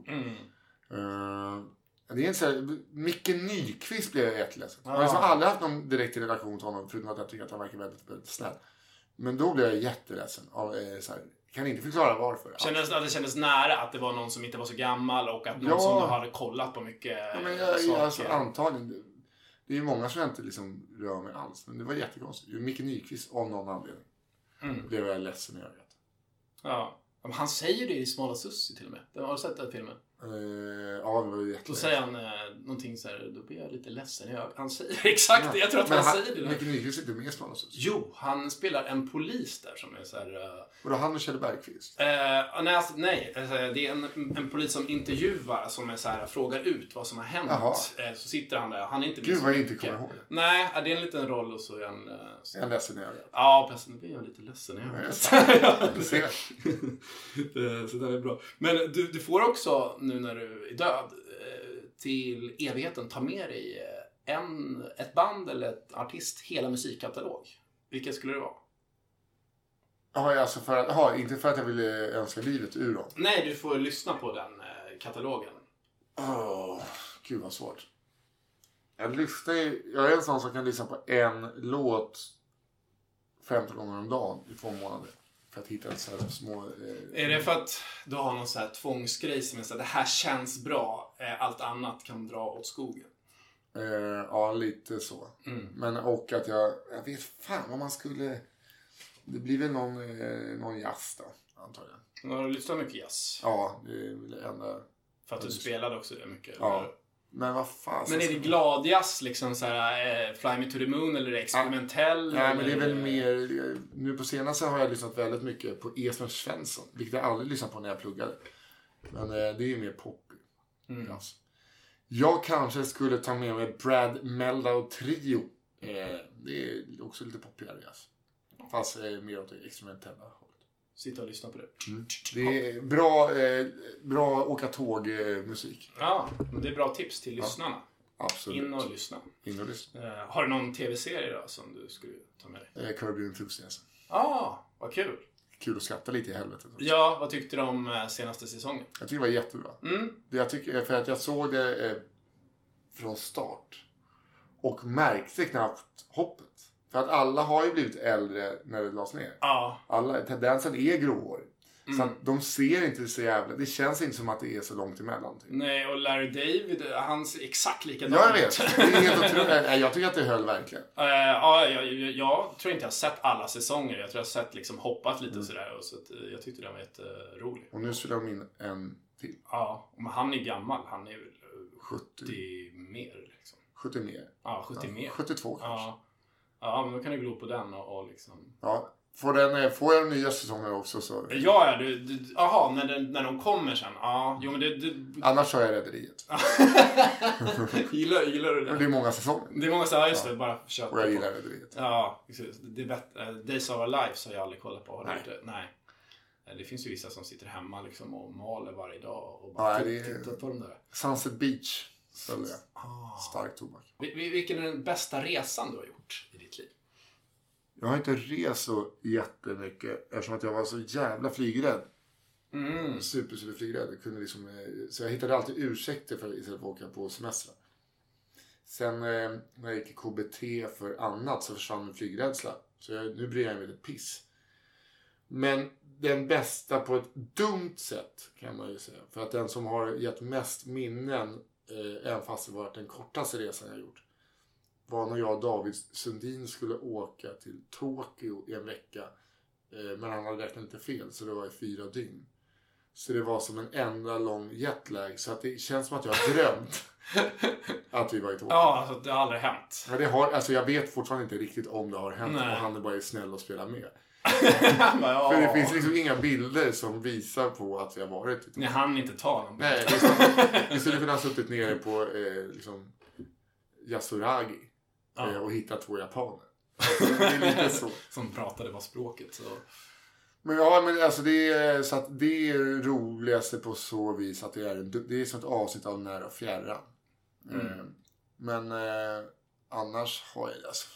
Det är inte så här, Micke Nyqvist blev jag jätteledsen. Jag har liksom aldrig haft någon direkt relation till honom. Förutom att jag tycker att han verkar väldigt, väldigt snäll. Men då blev jag jätteledsen av så här, kan inte förklara varför. Det kändes nära att det var någon som inte var så gammal och att någon som hade kollat på mycket saker. Alltså, antagligen. Det är ju många som inte liksom rör mig alls. Men det var jättekonstigt. Micke Nyqvist av någon anledning. Det var jag ledsen när jag vet. Ja. Men han säger det i Smala Sussi till och med. Har du sett den filmen? Ja, det var ju jättelätt. Då säger han någonting så här, då blir jag lite ledsen. Han säger exakt det, jag tror att han säger det. Micke Nyqvist är inte med i Smala Sussi. Jo, han spelar en polis där som är så här... Och då han och Kjell Bergqvist? Nej, det är en polis som intervjuar, som är så här, frågar ut vad som har hänt. Så sitter han där, han är inte med. Gud vad jag inte kommer ihåg. Nej, det är en liten roll och så är han... Är han ledsen i ögat? Ja, pressen, nu blir jag lite ledsen i ögat. Så det är bra. Men du får också, nu när du är död, till evigheten ta med dig ett band eller ett artist, hela musikkatalog. Vilket skulle det vara? Ja, alltså inte för att jag ville önska livet ur dem. Nej, du får lyssna på den katalogen. Gud vad svårt. Jag är en sån som kan lyssna på en låt 15 gånger om dagen i 2 månader. För att hitta så här små... Är det för att du har någon så här tvångsgrej som är så här, det här känns bra, allt annat kan dra åt skogen? Ja, lite så. Men och att jag vet fan vad man skulle... Det blir väl någon jazz då, antagligen. Har du lyssnat mycket jazz? Ja, det är väl det enda... För att du spelade också det mycket? Ja. Eller? Men vad fan... Men är det gladjazz liksom så här, Fly Me To The Moon eller experimentell? Nej, men det är väl mer... Nu på senaste har jag lyssnat väldigt mycket på Esbjörn Svensson. Vilket jag aldrig lyssnat på när jag pluggade. Men det är ju mer pop. Alltså. Jag kanske skulle ta med mig Brad Meldau Trio. Det är också lite poppigare jazz. Fast mer åt det experimentella hållet. Sitta och lyssna på det. Det är bra åka tåg musik. Ja, men det är bra tips till lyssnarna. Absolut. In och lyssna. Har du någon tv-serie då som du skulle ta med dig? Kirby Enthusiasm. Vad kul. Kul att skratta lite i helvetet. Ja, vad tyckte du om senaste säsongen? Jag tycker det var jättebra. För att jag såg det från start. Och märkte knappt hoppet. För att alla har ju blivit äldre när det lades ner. Ja. Tendensen är gråhårig. Så att de ser inte så jävla... Det känns inte som att det är så långt emellan. Typ. Nej, och Larry David, han ser exakt likadan. Ja, jag vet. Det är helt otroligt. Jag tycker att det höll verkligen. Jag tror inte jag har sett alla säsonger. Jag tror jag har sett liksom hoppat lite sådär. Och så att, jag tyckte den var jätterolig. Och nu spelar de in en till. Ja, men han är gammal. Han är väl 70 mer liksom. 70 mer? Ja, 70 mer. 72 kanske. Ja, men då kan du glo på den och liksom... Ja, får jag den nya säsongen också så... Ja, jaha, när de kommer sen. Ja, jo men Annars har jag Rederiet. Gillar du det? Men det är många säsonger. Det är många säsonger, just det, bara köpa. Och jag gillar Rederiet. Ja, det är bättre. Days of Our Lives har jag aldrig kollat på. Nej. Det finns ju vissa som sitter hemma liksom och maler varje dag och bara tittar på dem där. Sunset Beach. Stark tobak. Vilken är den bästa resan du har gjort i ditt liv? Jag har inte rest så jättemycket eftersom att jag var så jävla flygrädd. Super flygrädd. Jag kunde liksom, så jag hittade alltid ursäkter för istället för att åka på semester. Sen när jag gick i KBT för annat så försvann min flygrädsla. Så nu bryr jag mig lite piss. Men den bästa på ett dumt sätt kan man ju säga. För att den som har gett mest minnen, även fast det var den kortaste resan jag gjort, var när jag och David Sundin skulle åka till Tokyo i en vecka. Men han hade räknat lite fel så det var i 4 dygn. Så det var som en enda lång jetlag. Så att det känns som att jag har drömt att vi var i Tokyo. Ja, alltså det har aldrig hänt. Men jag vet fortfarande inte riktigt om det har hänt. Nej. Och han är bara snäll och spelar med. Ja. För det finns liksom inga bilder som visar på att vi har varit i Tokyo. Ni hann inte ta någon bild. Nej, vi skulle kunna ha suttit nere på liksom Yasuragi. Och hittat 2 japaner. Det är lite så. Som pratade bara språket. Så. Men alltså det är så att det är roligaste på så vis att det är som ett avsnitt av Nära och fjärran. Men annars har jag alltså...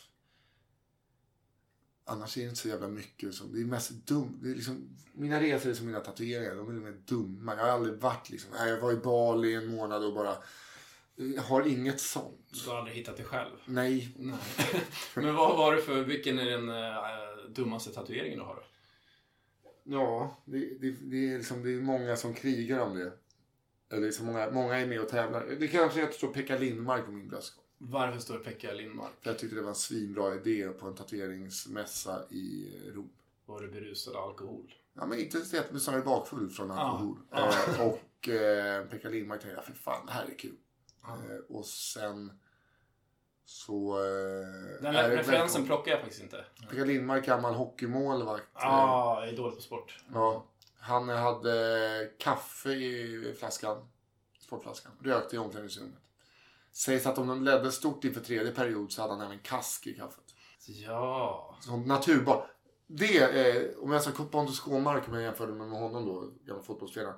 Annars är det inte så jävla mycket som... Det är mest dumt. Det är liksom, mina resor är som mina tatueringar. De är mer dumma. Jag har aldrig varit liksom... Jag var i Bali en månad och bara... Jag har inget sånt. Du har aldrig hittat det själv? Nej. Men vad var det för... Vilken är den dummaste tatueringen du har? Ja, det är liksom, det är många som krigar om det. Eller så många är med och tävlar. Det kanske är att det står Pekka Lindmark på min bröstkorg. Varför står det Pekka Lindmark? För jag tyckte det var en svinbra idé på en tatueringsmässa i Rom. Var det berusad alkohol? Ja, men inte så att snarare bakfull från alkohol. Och Pekka Lindmark tänkte, för fan, det här är kul. Och sen så... Den referensen plockar jag faktiskt inte. Pekka Lindmark, gammal hockeymålvakt. Jag är dålig på sport. Ja, han hade kaffe i flaskan. Sportflaskan. Rökte i omklädningsrummet. Sägs att om de ledde stort inför tredje period så hade han även kask i kaffet. Ja. Som naturbar. Det, om jag ska Pontus Skåmark, om jag jämförde med honom då, gammal fotbollsspelare.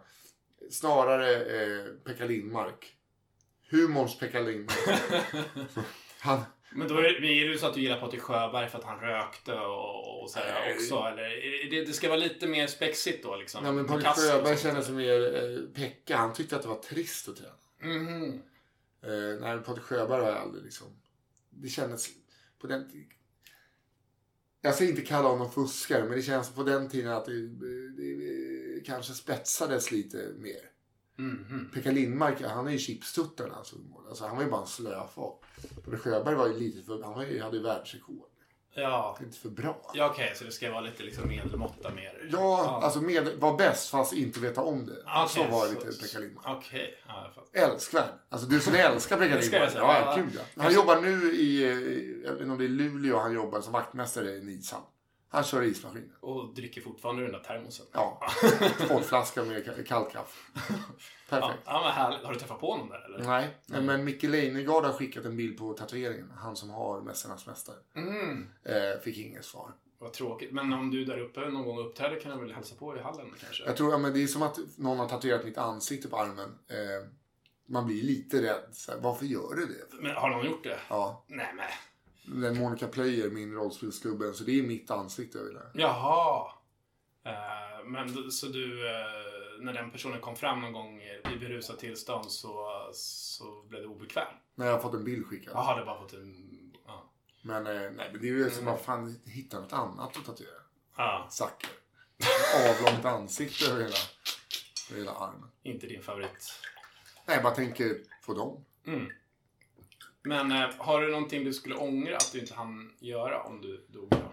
Snarare Pekka Lindmark. Humorns Pekka Lindmark. Men då är det ju så att du gillar Patrik Sjöberg för att han rökte och så här också, eller det ska vara lite mer spexigt då liksom. Nej, men Patrik Sjöberg känner sig mer Pekka, han tyckte att det var trist att träna. Nej, Patrik Sjöberg har jag aldrig liksom, det kändes på den, jag ska inte kalla honom fuskare, men det känns på den tiden att det kanske spetsades lite mer. Pekka Lindmark, han är ju chipstuttarn alltså han var ju bara en slöfock. Patrik Sjöberg var ju lite för, hade ju världsrekord. Ja. Inte för bra. Ja, okej, så det ska vara lite liksom medelmåtta mer. Ja, alltså var bäst fast inte veta om det. Så var det lite Pekka Lindmark. Okej, ja, jag fattar. Älskvärd. Alltså du som älskar Pekka Lindmark. Ja, kul. Han jobbar nu jag vet inte om det är Luleå, han jobbar som vaktmästare i Nissan. Han kör ismaskinen. Och dricker fortfarande den där termosen. Ja, sportflaska med kallt kaffe. Perfekt. Ja, men härligt. Har du träffat på honom där eller? Nej, men Micke Leijnegard har skickat en bild på tatueringen. Han som har Mästarnas mästare. Fick inget svar. Vad tråkigt. Men om du där uppe någon gång uppträder kan jag väl hälsa på i hallen kanske? Jag tror, men det är som att någon har tatuerat mitt ansikte på armen. Man blir lite rädd. Så här, varför gör du det? Men har någon gjort det? Ja. Nej, men... Den Monica Player, min rollspelsklubben. Så det är mitt ansikte över det. Jaha. Men så du... när den personen kom fram någon gång i berusat tillstånd så blev det obekväm? När jag har fått en bild skickad. Jaha, det bara fått en... Ja. Men nej, det är ju som att fan hitta något annat att tatuera. Ja. Sacker. Avlångt ansikte över hela armen. Inte din favorit. Nej, jag bara tänker på dem. Men har du någonting du skulle ångra att du inte hann göra om du dog då?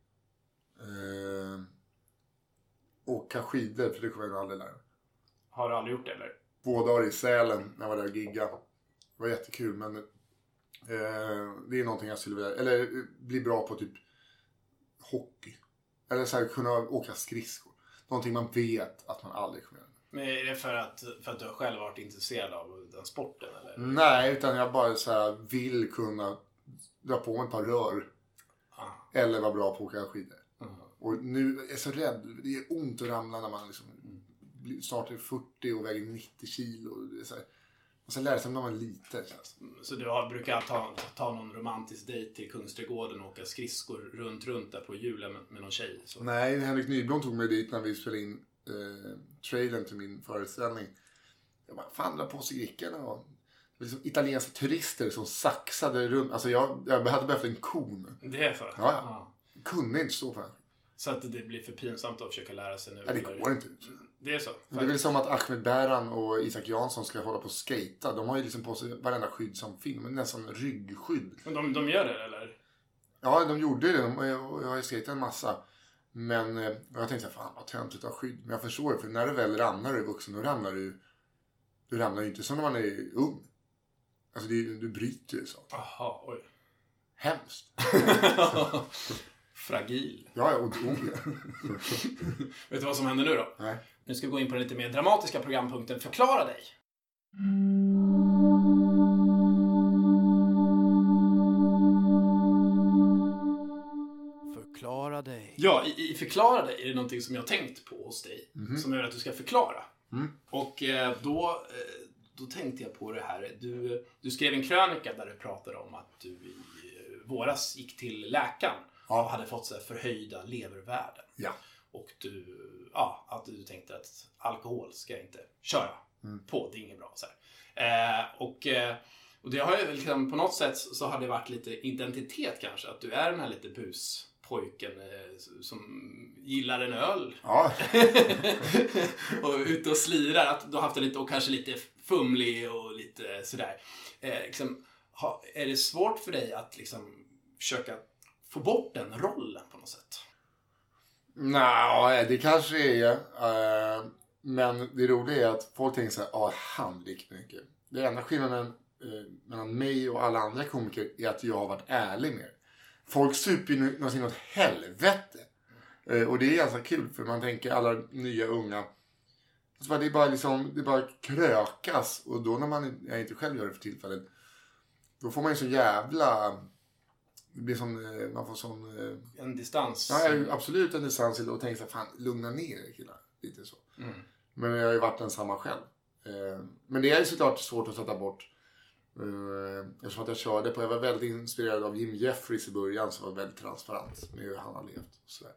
Åka skidor, för det kommer jag aldrig lära. Har du aldrig gjort det eller? 2 dagar i Sälen när jag var där och gigga. Det var jättekul, men det är någonting jag skulle vilja, eller bli bra på typ hockey. Eller så här, kunna åka skridskor. Någonting man vet att man aldrig kommer göra. Men är det för att du har själv varit intresserad av den sporten eller? Nej, utan jag bara så här vill kunna dra på mig ett par rör. Eller vara bra på att åka skidor. Och nu är jag så rädd. Det är ont att ramla när man liksom snart är 40 och väger 90 kilo. Det är så här. Och sen lär sig när man är liten. Så du brukar ta någon romantisk dejt till Kungsträdgården och åka skridskor runt där på julen med någon tjej? Så. Nej, Henrik Nyblom tog mig dit när vi spelade in trailern till min föreställning. Jag bara, fan, dra på sig grickorna. Det var liksom italienska turister som saxade runt. Alltså jag hade behövt en kon. Det är så? Ja. Kunde inte stå på den. Så att det blir för pinsamt att försöka lära sig nu? Nej, det går inte. Det är så? Det är väl som att Ahmed Bäran och Isak Jansson ska hålla på och skata. De har ju liksom på sig varenda skydd som film. Nästan ryggskydd. Men de gör det, eller? Ja, de gjorde det. Jag har ju skatat en massa. Men jag tänkte fan vad töntigt att ha skydd. Men jag förstår det, för när du väl ramlar och är vuxen, då ramlar du ramlar ju inte som när man är ung. Alltså du bryter ju så. Jaha, oj. Hemskt. Fragil. Ja, och Vet du vad som händer nu då? Nej. Nu ska vi gå in på den lite mer dramatiska programpunkten Förklara dig. Förklara dig. Ja, i Förklara dig är det någonting som jag har tänkt på hos dig. Som gör att du ska förklara. Och då tänkte jag på det här. Du skrev en krönika där du pratade om att du i våras gick till läkaren. Och hade fått så här förhöjda levervärden. Ja. Och att du tänkte att alkohol ska jag inte köra på. Det är inget bra. Så här. Och det har ju liksom, på något sätt så har det varit lite identitet kanske. Att du är den här lite pojken som gillar en öl. Ja. Och ute och slirar. Att du har haft det lite, och kanske lite fumlig och lite sådär. Liksom, är det svårt för dig att liksom försöka få bort den rollen på något sätt? Nej, det kanske är. Men det roliga är att folk tänker så här, han dricker mycket. Det enda skillnaden mellan mig och alla andra komiker är att jag har varit ärlig med. Folk super ju någonsin åt helvete. Och det är ganska kul, för man tänker alla nya unga. Så det är bara krökas. Och då när jag inte själv gör det för tillfället, då får man ju så jävla... Det blir som, man får sån... En distans. Ja, absolut en distans. Och tänker så här, fan, lugna ner er killar. Lite så. Men jag har ju varit densamma själv. Men det är ju såklart svårt att sätta bort. Eftersom att jag var väldigt inspirerad av Jim Jeffries i början, som var väldigt transparent med hur han har levt. Och så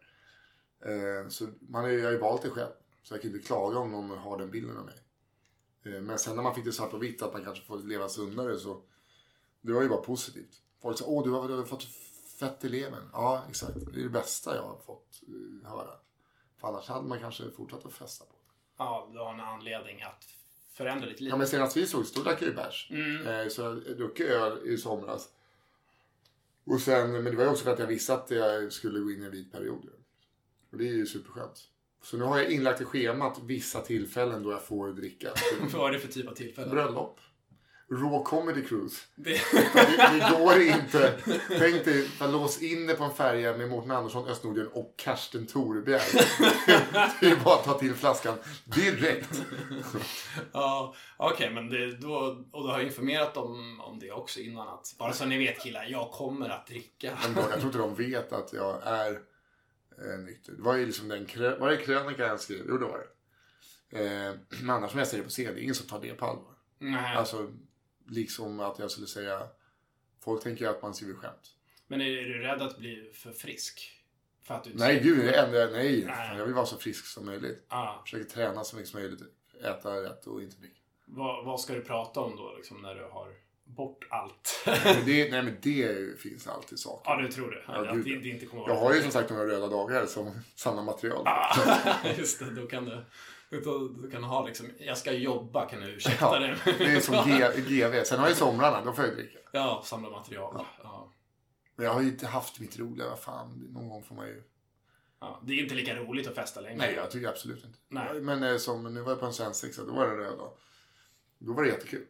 så jag har ju valt det själv. Så jag kan inte klaga om någon har den bilden av mig. Men sen när man fick det svart på vitt att man kanske får leva sundare, så det var ju bara positivt. Folk sa, du har fått fett i levern. Ja, exakt. Det är det bästa jag har fått höra. För annars hade man kanske fortsatt att festa på det. Ja, du har en anledning att förändra ditt liv. Ja, men senast vi såg, drack jag ju bärs. Så jag drack öl i somras. Och sen, men det var ju också för att jag visste att jag skulle gå in i en vit period. Och det är ju superskönt. Så nu har jag inlagt i schemat vissa tillfällen då jag får dricka. Vad är det för typ av tillfällen? Bröllop. Raw Comedy Cruise. Det går inte. Tänk dig att lås in det på en färja med Mårten Andersson, Östnordien och Karsten Torebjer. Det är bara att ta till flaskan direkt. Ja, okej, men och du har informerat om det också innan, att bara så ni vet killar, jag kommer att dricka. Men jag tror inte de vet att jag är nykter. Det var ju liksom var det krönika jag skrev? Jo, det var det. Men annars som jag säger på scen, det är ingen som tar det på allvar. Nej. Alltså, liksom att jag skulle säga, folk tänker att man skriver skämt. Men är du rädd att bli för frisk? För att du nej, gud, nej. Jag vill vara så frisk som möjligt. Försöker träna så mycket som möjligt. Äta rätt och inte dricka. Vad ska du prata om då, liksom, när du har bort allt? men det finns alltid saker. Ja, du tror det. Ja, det inte kommer jag har ju som sagt några röda dagar som samma material. Just det, då kan du ha liksom, jag ska jobba, kan du ursäkta det? Det är som GV. Sen har jag somrarna, då får jag dricka. Ja, samla material. Ja. Men jag har ju inte haft mitt roliga, vad fan, någon gång får man ju... Ja, det är inte lika roligt att festa längre. Nej, jag tycker absolut inte. Nej. Men nu var jag på en svensexa, då var det röd dag. Då var det jättekul.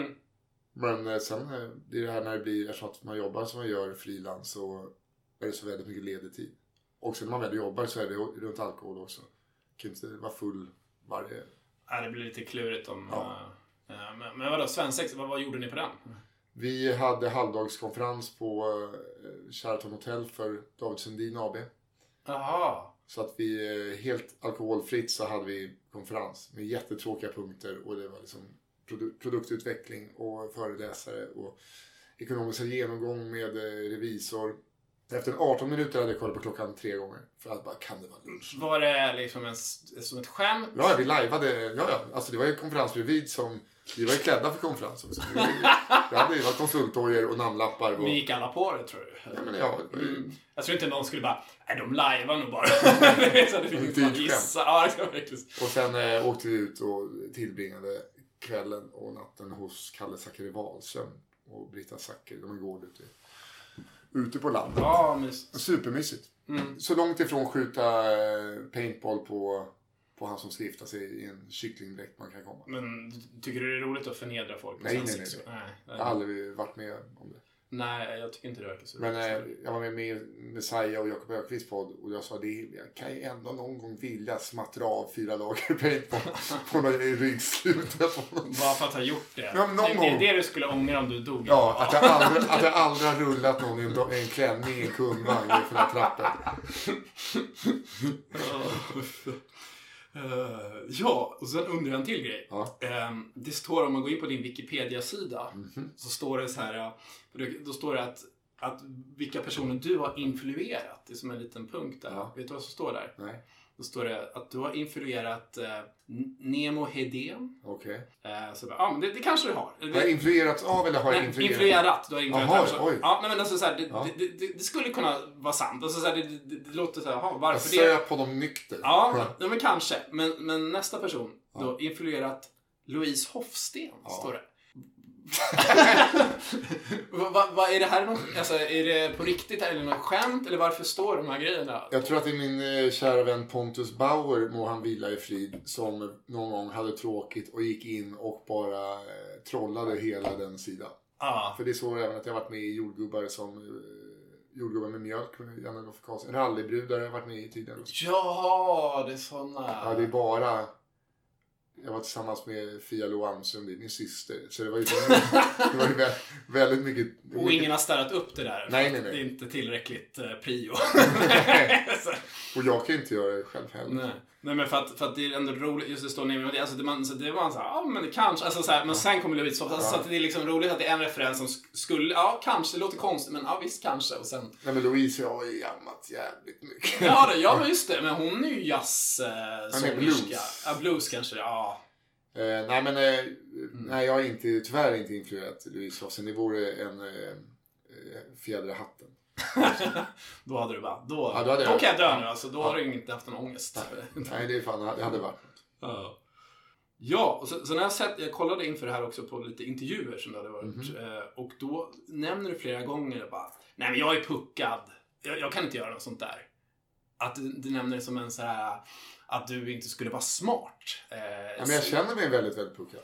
Men sen, det är det här när det blir, eftersom att man jobbar som man gör frilans, så är det så väldigt mycket ledig tid. Och sen när man väl jobbar så är det runt alkohol också. Kan inte vara full varje... Ja, det blir lite klurigt om... Men vadå, svensexa, vad gjorde ni på den? Vi hade halvdagskonferens på Sheraton Hotel för David Sundin AB. Aha. Så att vi helt alkoholfritt så hade vi konferens med jättetråkiga punkter, och det var liksom produktutveckling och föreläsare och ekonomisk genomgång med revisor. Efter 18 minuter hade jag kollat på klockan 3 gånger. För att bara, kan det vara lunch? Var det liksom som ett skämt? Ja, vi liveade. Ja. Alltså det var ju konferens bredvid som... Vi var ju klädda för konferensen. Det hade ju varit konsultojer och namnlappar. Och... Men gick alla på det, tror du? Ja, men jag tror inte någon skulle bara... Nej, de lajvar nog bara. Så det fick inte gissa. Ja, det var verkligen. Och sen åkte vi ut och tillbringade kvällen och natten hos Kalle Zackari Wahlström och Britta Zackari. De går ute på landet. Ja, supermysigt. Så långt ifrån skjuta paintball på han som ska gifta sig i en kycklingdräkt man kan komma. Men tycker du det är roligt att förnedra folk? Nej. Jag har aldrig varit med om det. Nej, jag tycker inte det verkar så. Men jag var med i Messiah och Jakob Öqvists podd, och jag sa det, jag kan ju ändå någon gång vilja smattra av 4 lager paintball på någon i ryggslutet. Bara för att ha gjort det. Ja, det är det du skulle ångra om du dog. Ja, att jag aldrig har rullat någon i en klänning i en kundvagn för den trappen. Ja, och sen undrar jag en till grej. Ja. Det står, om man går in på din Wikipedia-sida, så står det så här, då står det att vilka personer du har influerat. Det är som en liten punkt där. Ja. Vet du vad som står där? Nej. Då står det att du har influerat Nemo Hedén. Okej. Så bara, men det kanske du har. Har jag influerats av eller har jag influerat? Du har influerat. Aha, oj. Ja, men alltså så här, det skulle kunna vara sant. Alltså, så här, det låter så här, varför jag söp på dem nykter. Ja, men kanske. Men nästa person, då influerat Louise Hofsten, står det. Vad är det här? Alltså, är det på riktigt eller något skämt? Eller varför står de här grejerna? Jag tror att det är min kära vän Pontus Bauer, må han vila i frid, som någon gång hade tråkigt och gick in och bara trollade hela den sidan. För det så även att jag varit med i jordgubbar som jordgubbar med mjölk med Janne Loffikas. Rallybrudar har jag varit med i tidigare. Ja, det är såna. Ja, det är bara... Jag var tillsammans med Fia Loansson, min syster. Så det var ju, det var ju väldigt mycket... Och ingen har ställt upp det där. Nej. Det är inte tillräckligt prio. Och jag kan inte göra det själv heller. Nej, men för att det är ändå roligt. Just det står ner. Alltså det var så här, men det kanske. Alltså så här, men sen kommer det lite så att det är liksom roligt att det är en referens som skulle... Ja, kanske. Det låter konstigt, men ja, visst kanske. Och sen... Nej, men Louise har ju jammat jävligt mycket. Ja, men just det. Men hon är ju jazz-sångerska. Ja, blues kanske, ja. Nej, jag har tyvärr inte influerat Louise Hofsten. Det vore en fjäder i hatten. Då hade du bara, då kan jag dö nu. Alltså, då har du inte haft någon ångest. Nej, det hade varit något. Ja, och så när jag kollade inför det här också på lite intervjuer som det hade varit. Och då nämner du flera gånger bara, nej men jag är puckad. Jag kan inte göra något sånt där. Att du nämner det som en så här, att du inte skulle vara smart. Men jag känner mig väldigt, väldigt puckad.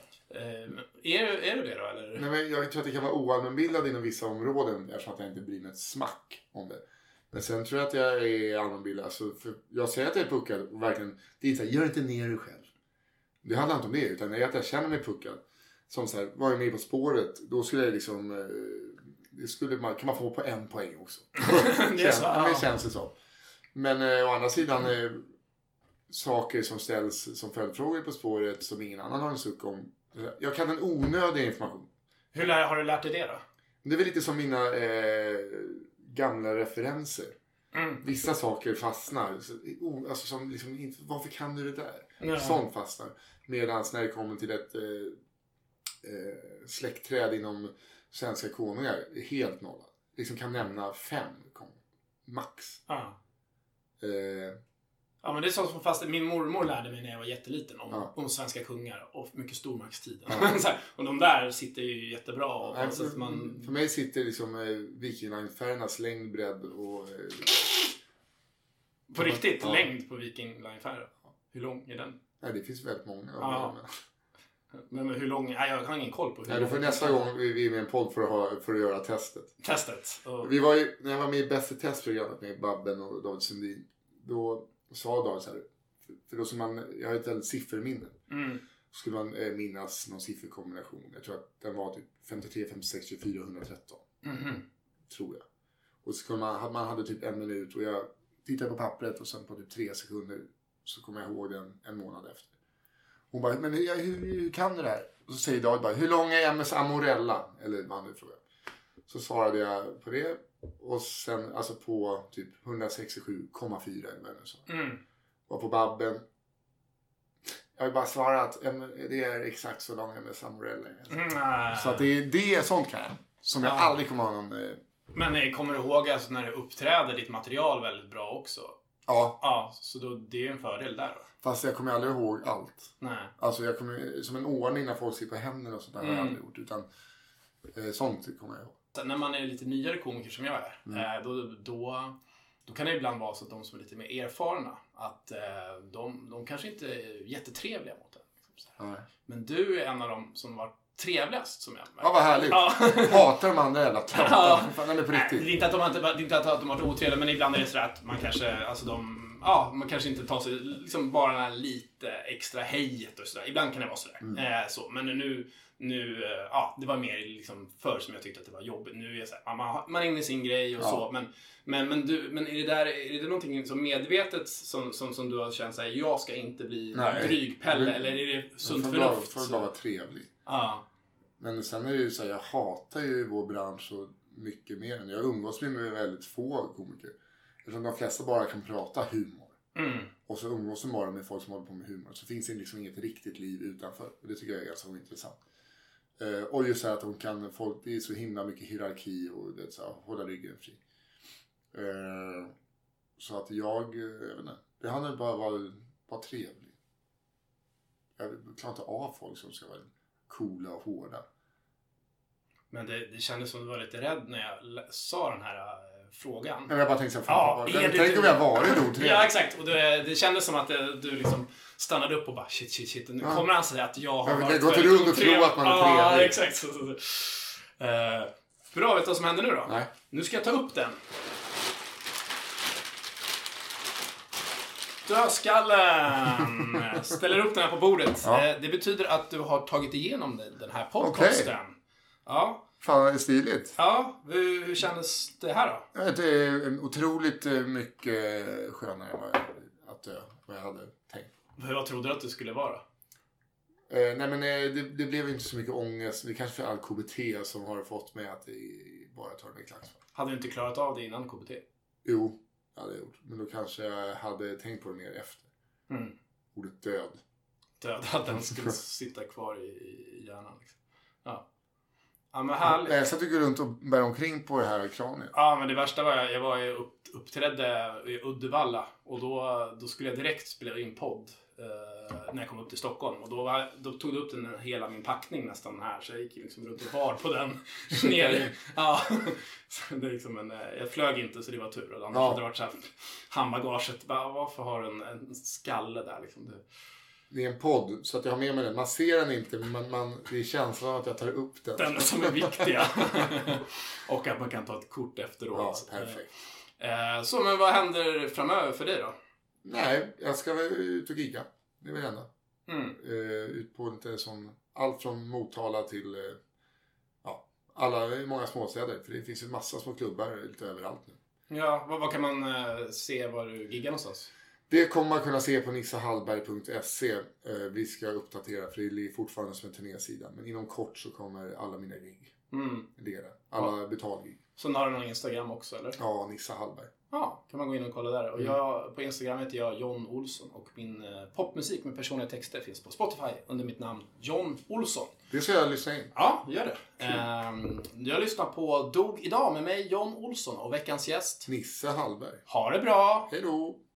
Är du det då? Eller? Nej, men jag tror att det kan vara oallmänbildad inom vissa områden eftersom att jag inte bryr mig ett smack om det. Men sen tror jag att jag är allmänbildad. Alltså, för jag säger att jag är puckad och verkligen, det är inte så här, gör inte ner dig själv. Det handlar inte om det, utan det är att jag känner mig puckad. Som så här, var jag med På spåret, då skulle jag liksom, kan man få på 1 poäng också. Det känns det så. Men å andra sidan, saker som ställs som följdfrågor På spåret som ingen annan har en suck om. Jag kan en onödig information. Hur har du lärt dig det då? Det är väl lite som mina gamla referenser. Vissa saker fastnar. Alltså som liksom, varför kan du det där? Sånt fastnar. Medan när det kommer till ett släktträd inom svenska konungar är helt nolla. Liksom kan nämna 5 max. Ja, men det är sånt som fast min mormor lärde mig när jag var jätteliten om svenska kungar och mycket stormaktstid. Och de där sitter ju jättebra. Och, för mig sitter liksom Viking Line-färgernas längd, bredd och... På riktigt? Längd på Viking Line-färger? Hur lång är den? Nej, det finns väldigt många. Men hur lång? Nej, jag har ingen koll på hur lång. Du får nästa gång vi är med en podd för att göra testet. Och... När jag var med i Bäst i testprogrammet med Babben och David Sundin, då sa David så här, för då jag har ett väldigt sifferminne. Så skulle man minnas någon sifferkombination. Jag tror att den var typ 53, 56, 24, 113. Tror jag. Och så man hade typ 1 minut och jag tittade på pappret och sen på typ 3 sekunder så kommer jag ihåg den en månad efter. Hon bara, men hur kan du det här? Och så säger David bara, hur lång är MS Amorella? Eller vad nu frågar. Så svarade jag på det. Och sen alltså på typ 167,4 eller vad det så. Och på Babben. Jag vill bara svara att det är exakt så lång MS Amorella. Så att det är sånt kan jag. Som jag aldrig kommer ha någon... Men kommer du ihåg alltså, när du uppträder ditt material väldigt bra också? Ja, så då, det är en fördel där då. Fast jag kommer aldrig ihåg allt. Nej. Alltså jag kommer, som en ordning när folk sitter på händerna och sånt där har jag aldrig gjort. Utan sånt kommer jag ihåg. Så när man är lite nyare komiker som jag är, då kan det ibland vara så att de som är lite mer erfarna, att de kanske inte är jättetrevliga mot en. Liksom, men du är en av dem som var trevligast som jag märker. Ja, vad härligt. Hatar de andra jävla töntarna. Nej, på riktigt. Det är inte att de har varit otrevliga, men ibland är det så att man kanske, man kanske inte tar sig liksom bara lite extra hejet och sådär. Ibland kan det vara sådär. Men nu det var mer liksom förr som jag tyckte att det var jobbigt. Nu är det så här, man är inne i sin grej och så. Men är det någonting som medvetet som du har känt så här, jag ska inte bli drygpelle, eller är det sunt förnuft? Får bara vara trevlig. Men sen är det ju så här, jag hatar ju vår bransch så mycket mer än jag umgås med väldigt få komiker. Eftersom de flesta bara kan prata humor. Och så umgås de bara med folk som håller på med humor. Så finns det liksom inget riktigt liv utanför. Och det tycker jag är ganska intressant. Och just så här att de kan, folk, det är så himla mycket hierarki och det, så här, hålla ryggen fri. Så att jag vet inte, det handlar bara vara trevlig. Jag klarar inte av folk som ska vara coola och hårda. Men det kändes som du var lite rädd när jag sa den här frågan. Men jag bara tänkte så här, tänk om jag varit otrevlig. Ja, exakt. Och det kändes som att du liksom stannade upp och bara shit. Nu kommer han säga att jag har varit gått runt och tro att man är trevlig. Ja, exakt. Bra, vet du vad som händer nu då? Nej. Nu ska jag ta upp den. Dödskallen! Ställer upp den här på bordet. Ja. Det betyder att du har tagit igenom den här podcasten. Okay. Ja. Fan, det är stiligt. Ja, hur kändes det här då? Det är otroligt mycket skönare än vad jag hade tänkt. Vad trodde du att det skulle vara? Nej, men det blev inte så mycket ångest. Det är kanske för all KBT som har fått mig att bara ta det med klacksfall. Hade du inte klarat av det innan KBT? Jo, det hade jag gjort. Men då kanske jag hade tänkt på det mer efter. Ordet död. Död, att den skulle sitta kvar i hjärnan. Liksom. Ja, men härligt. Jag satt ju runt och bär omkring på det här kraniet. Ja, men det värsta var jag var ju uppträdde i Uddevalla. Och då skulle jag direkt spela in podd när jag kom upp till Stockholm. Och då tog det upp hela min packning nästan här. Så jag gick liksom runt och bar på den. Ner. Ja. Så det är liksom jag flög inte så det var tur. Och annars hade det varit så här handbagaget. Varför har du en skalle där liksom? Det är en podd, så att jag har med mig den. Man ser den inte, men det är känslan att jag tar upp den. Den som är viktiga. Och att man kan ta ett kort efteråt. Ja, perfekt. Så, men vad händer framöver för dig då? Nej, jag ska väl ut och gigga. Det är väl enda. Ut på lite som allt från Motala till många småstäder. För det finns ju massa små klubbar lite överallt nu. Ja, vad kan man se var du giggar någonstans? Det kommer man kunna se på nissahallberg.se. Vi ska uppdatera, för det är fortfarande som en turnésida. Men inom kort så kommer alla mina gig. Alla betalgig. Så har du någon Instagram också, eller? Ja, Nissa Hallberg. Ja, kan man gå in och kolla där. Och på Instagram heter jag John Olsson. Och min popmusik med personliga texter finns på Spotify under mitt namn John Olsson. Det ska jag lyssna in. Ja, gör det. Jag lyssnar på Dog idag med mig, John Olsson. Och veckans gäst Nissa Hallberg. Ha det bra! Hej då!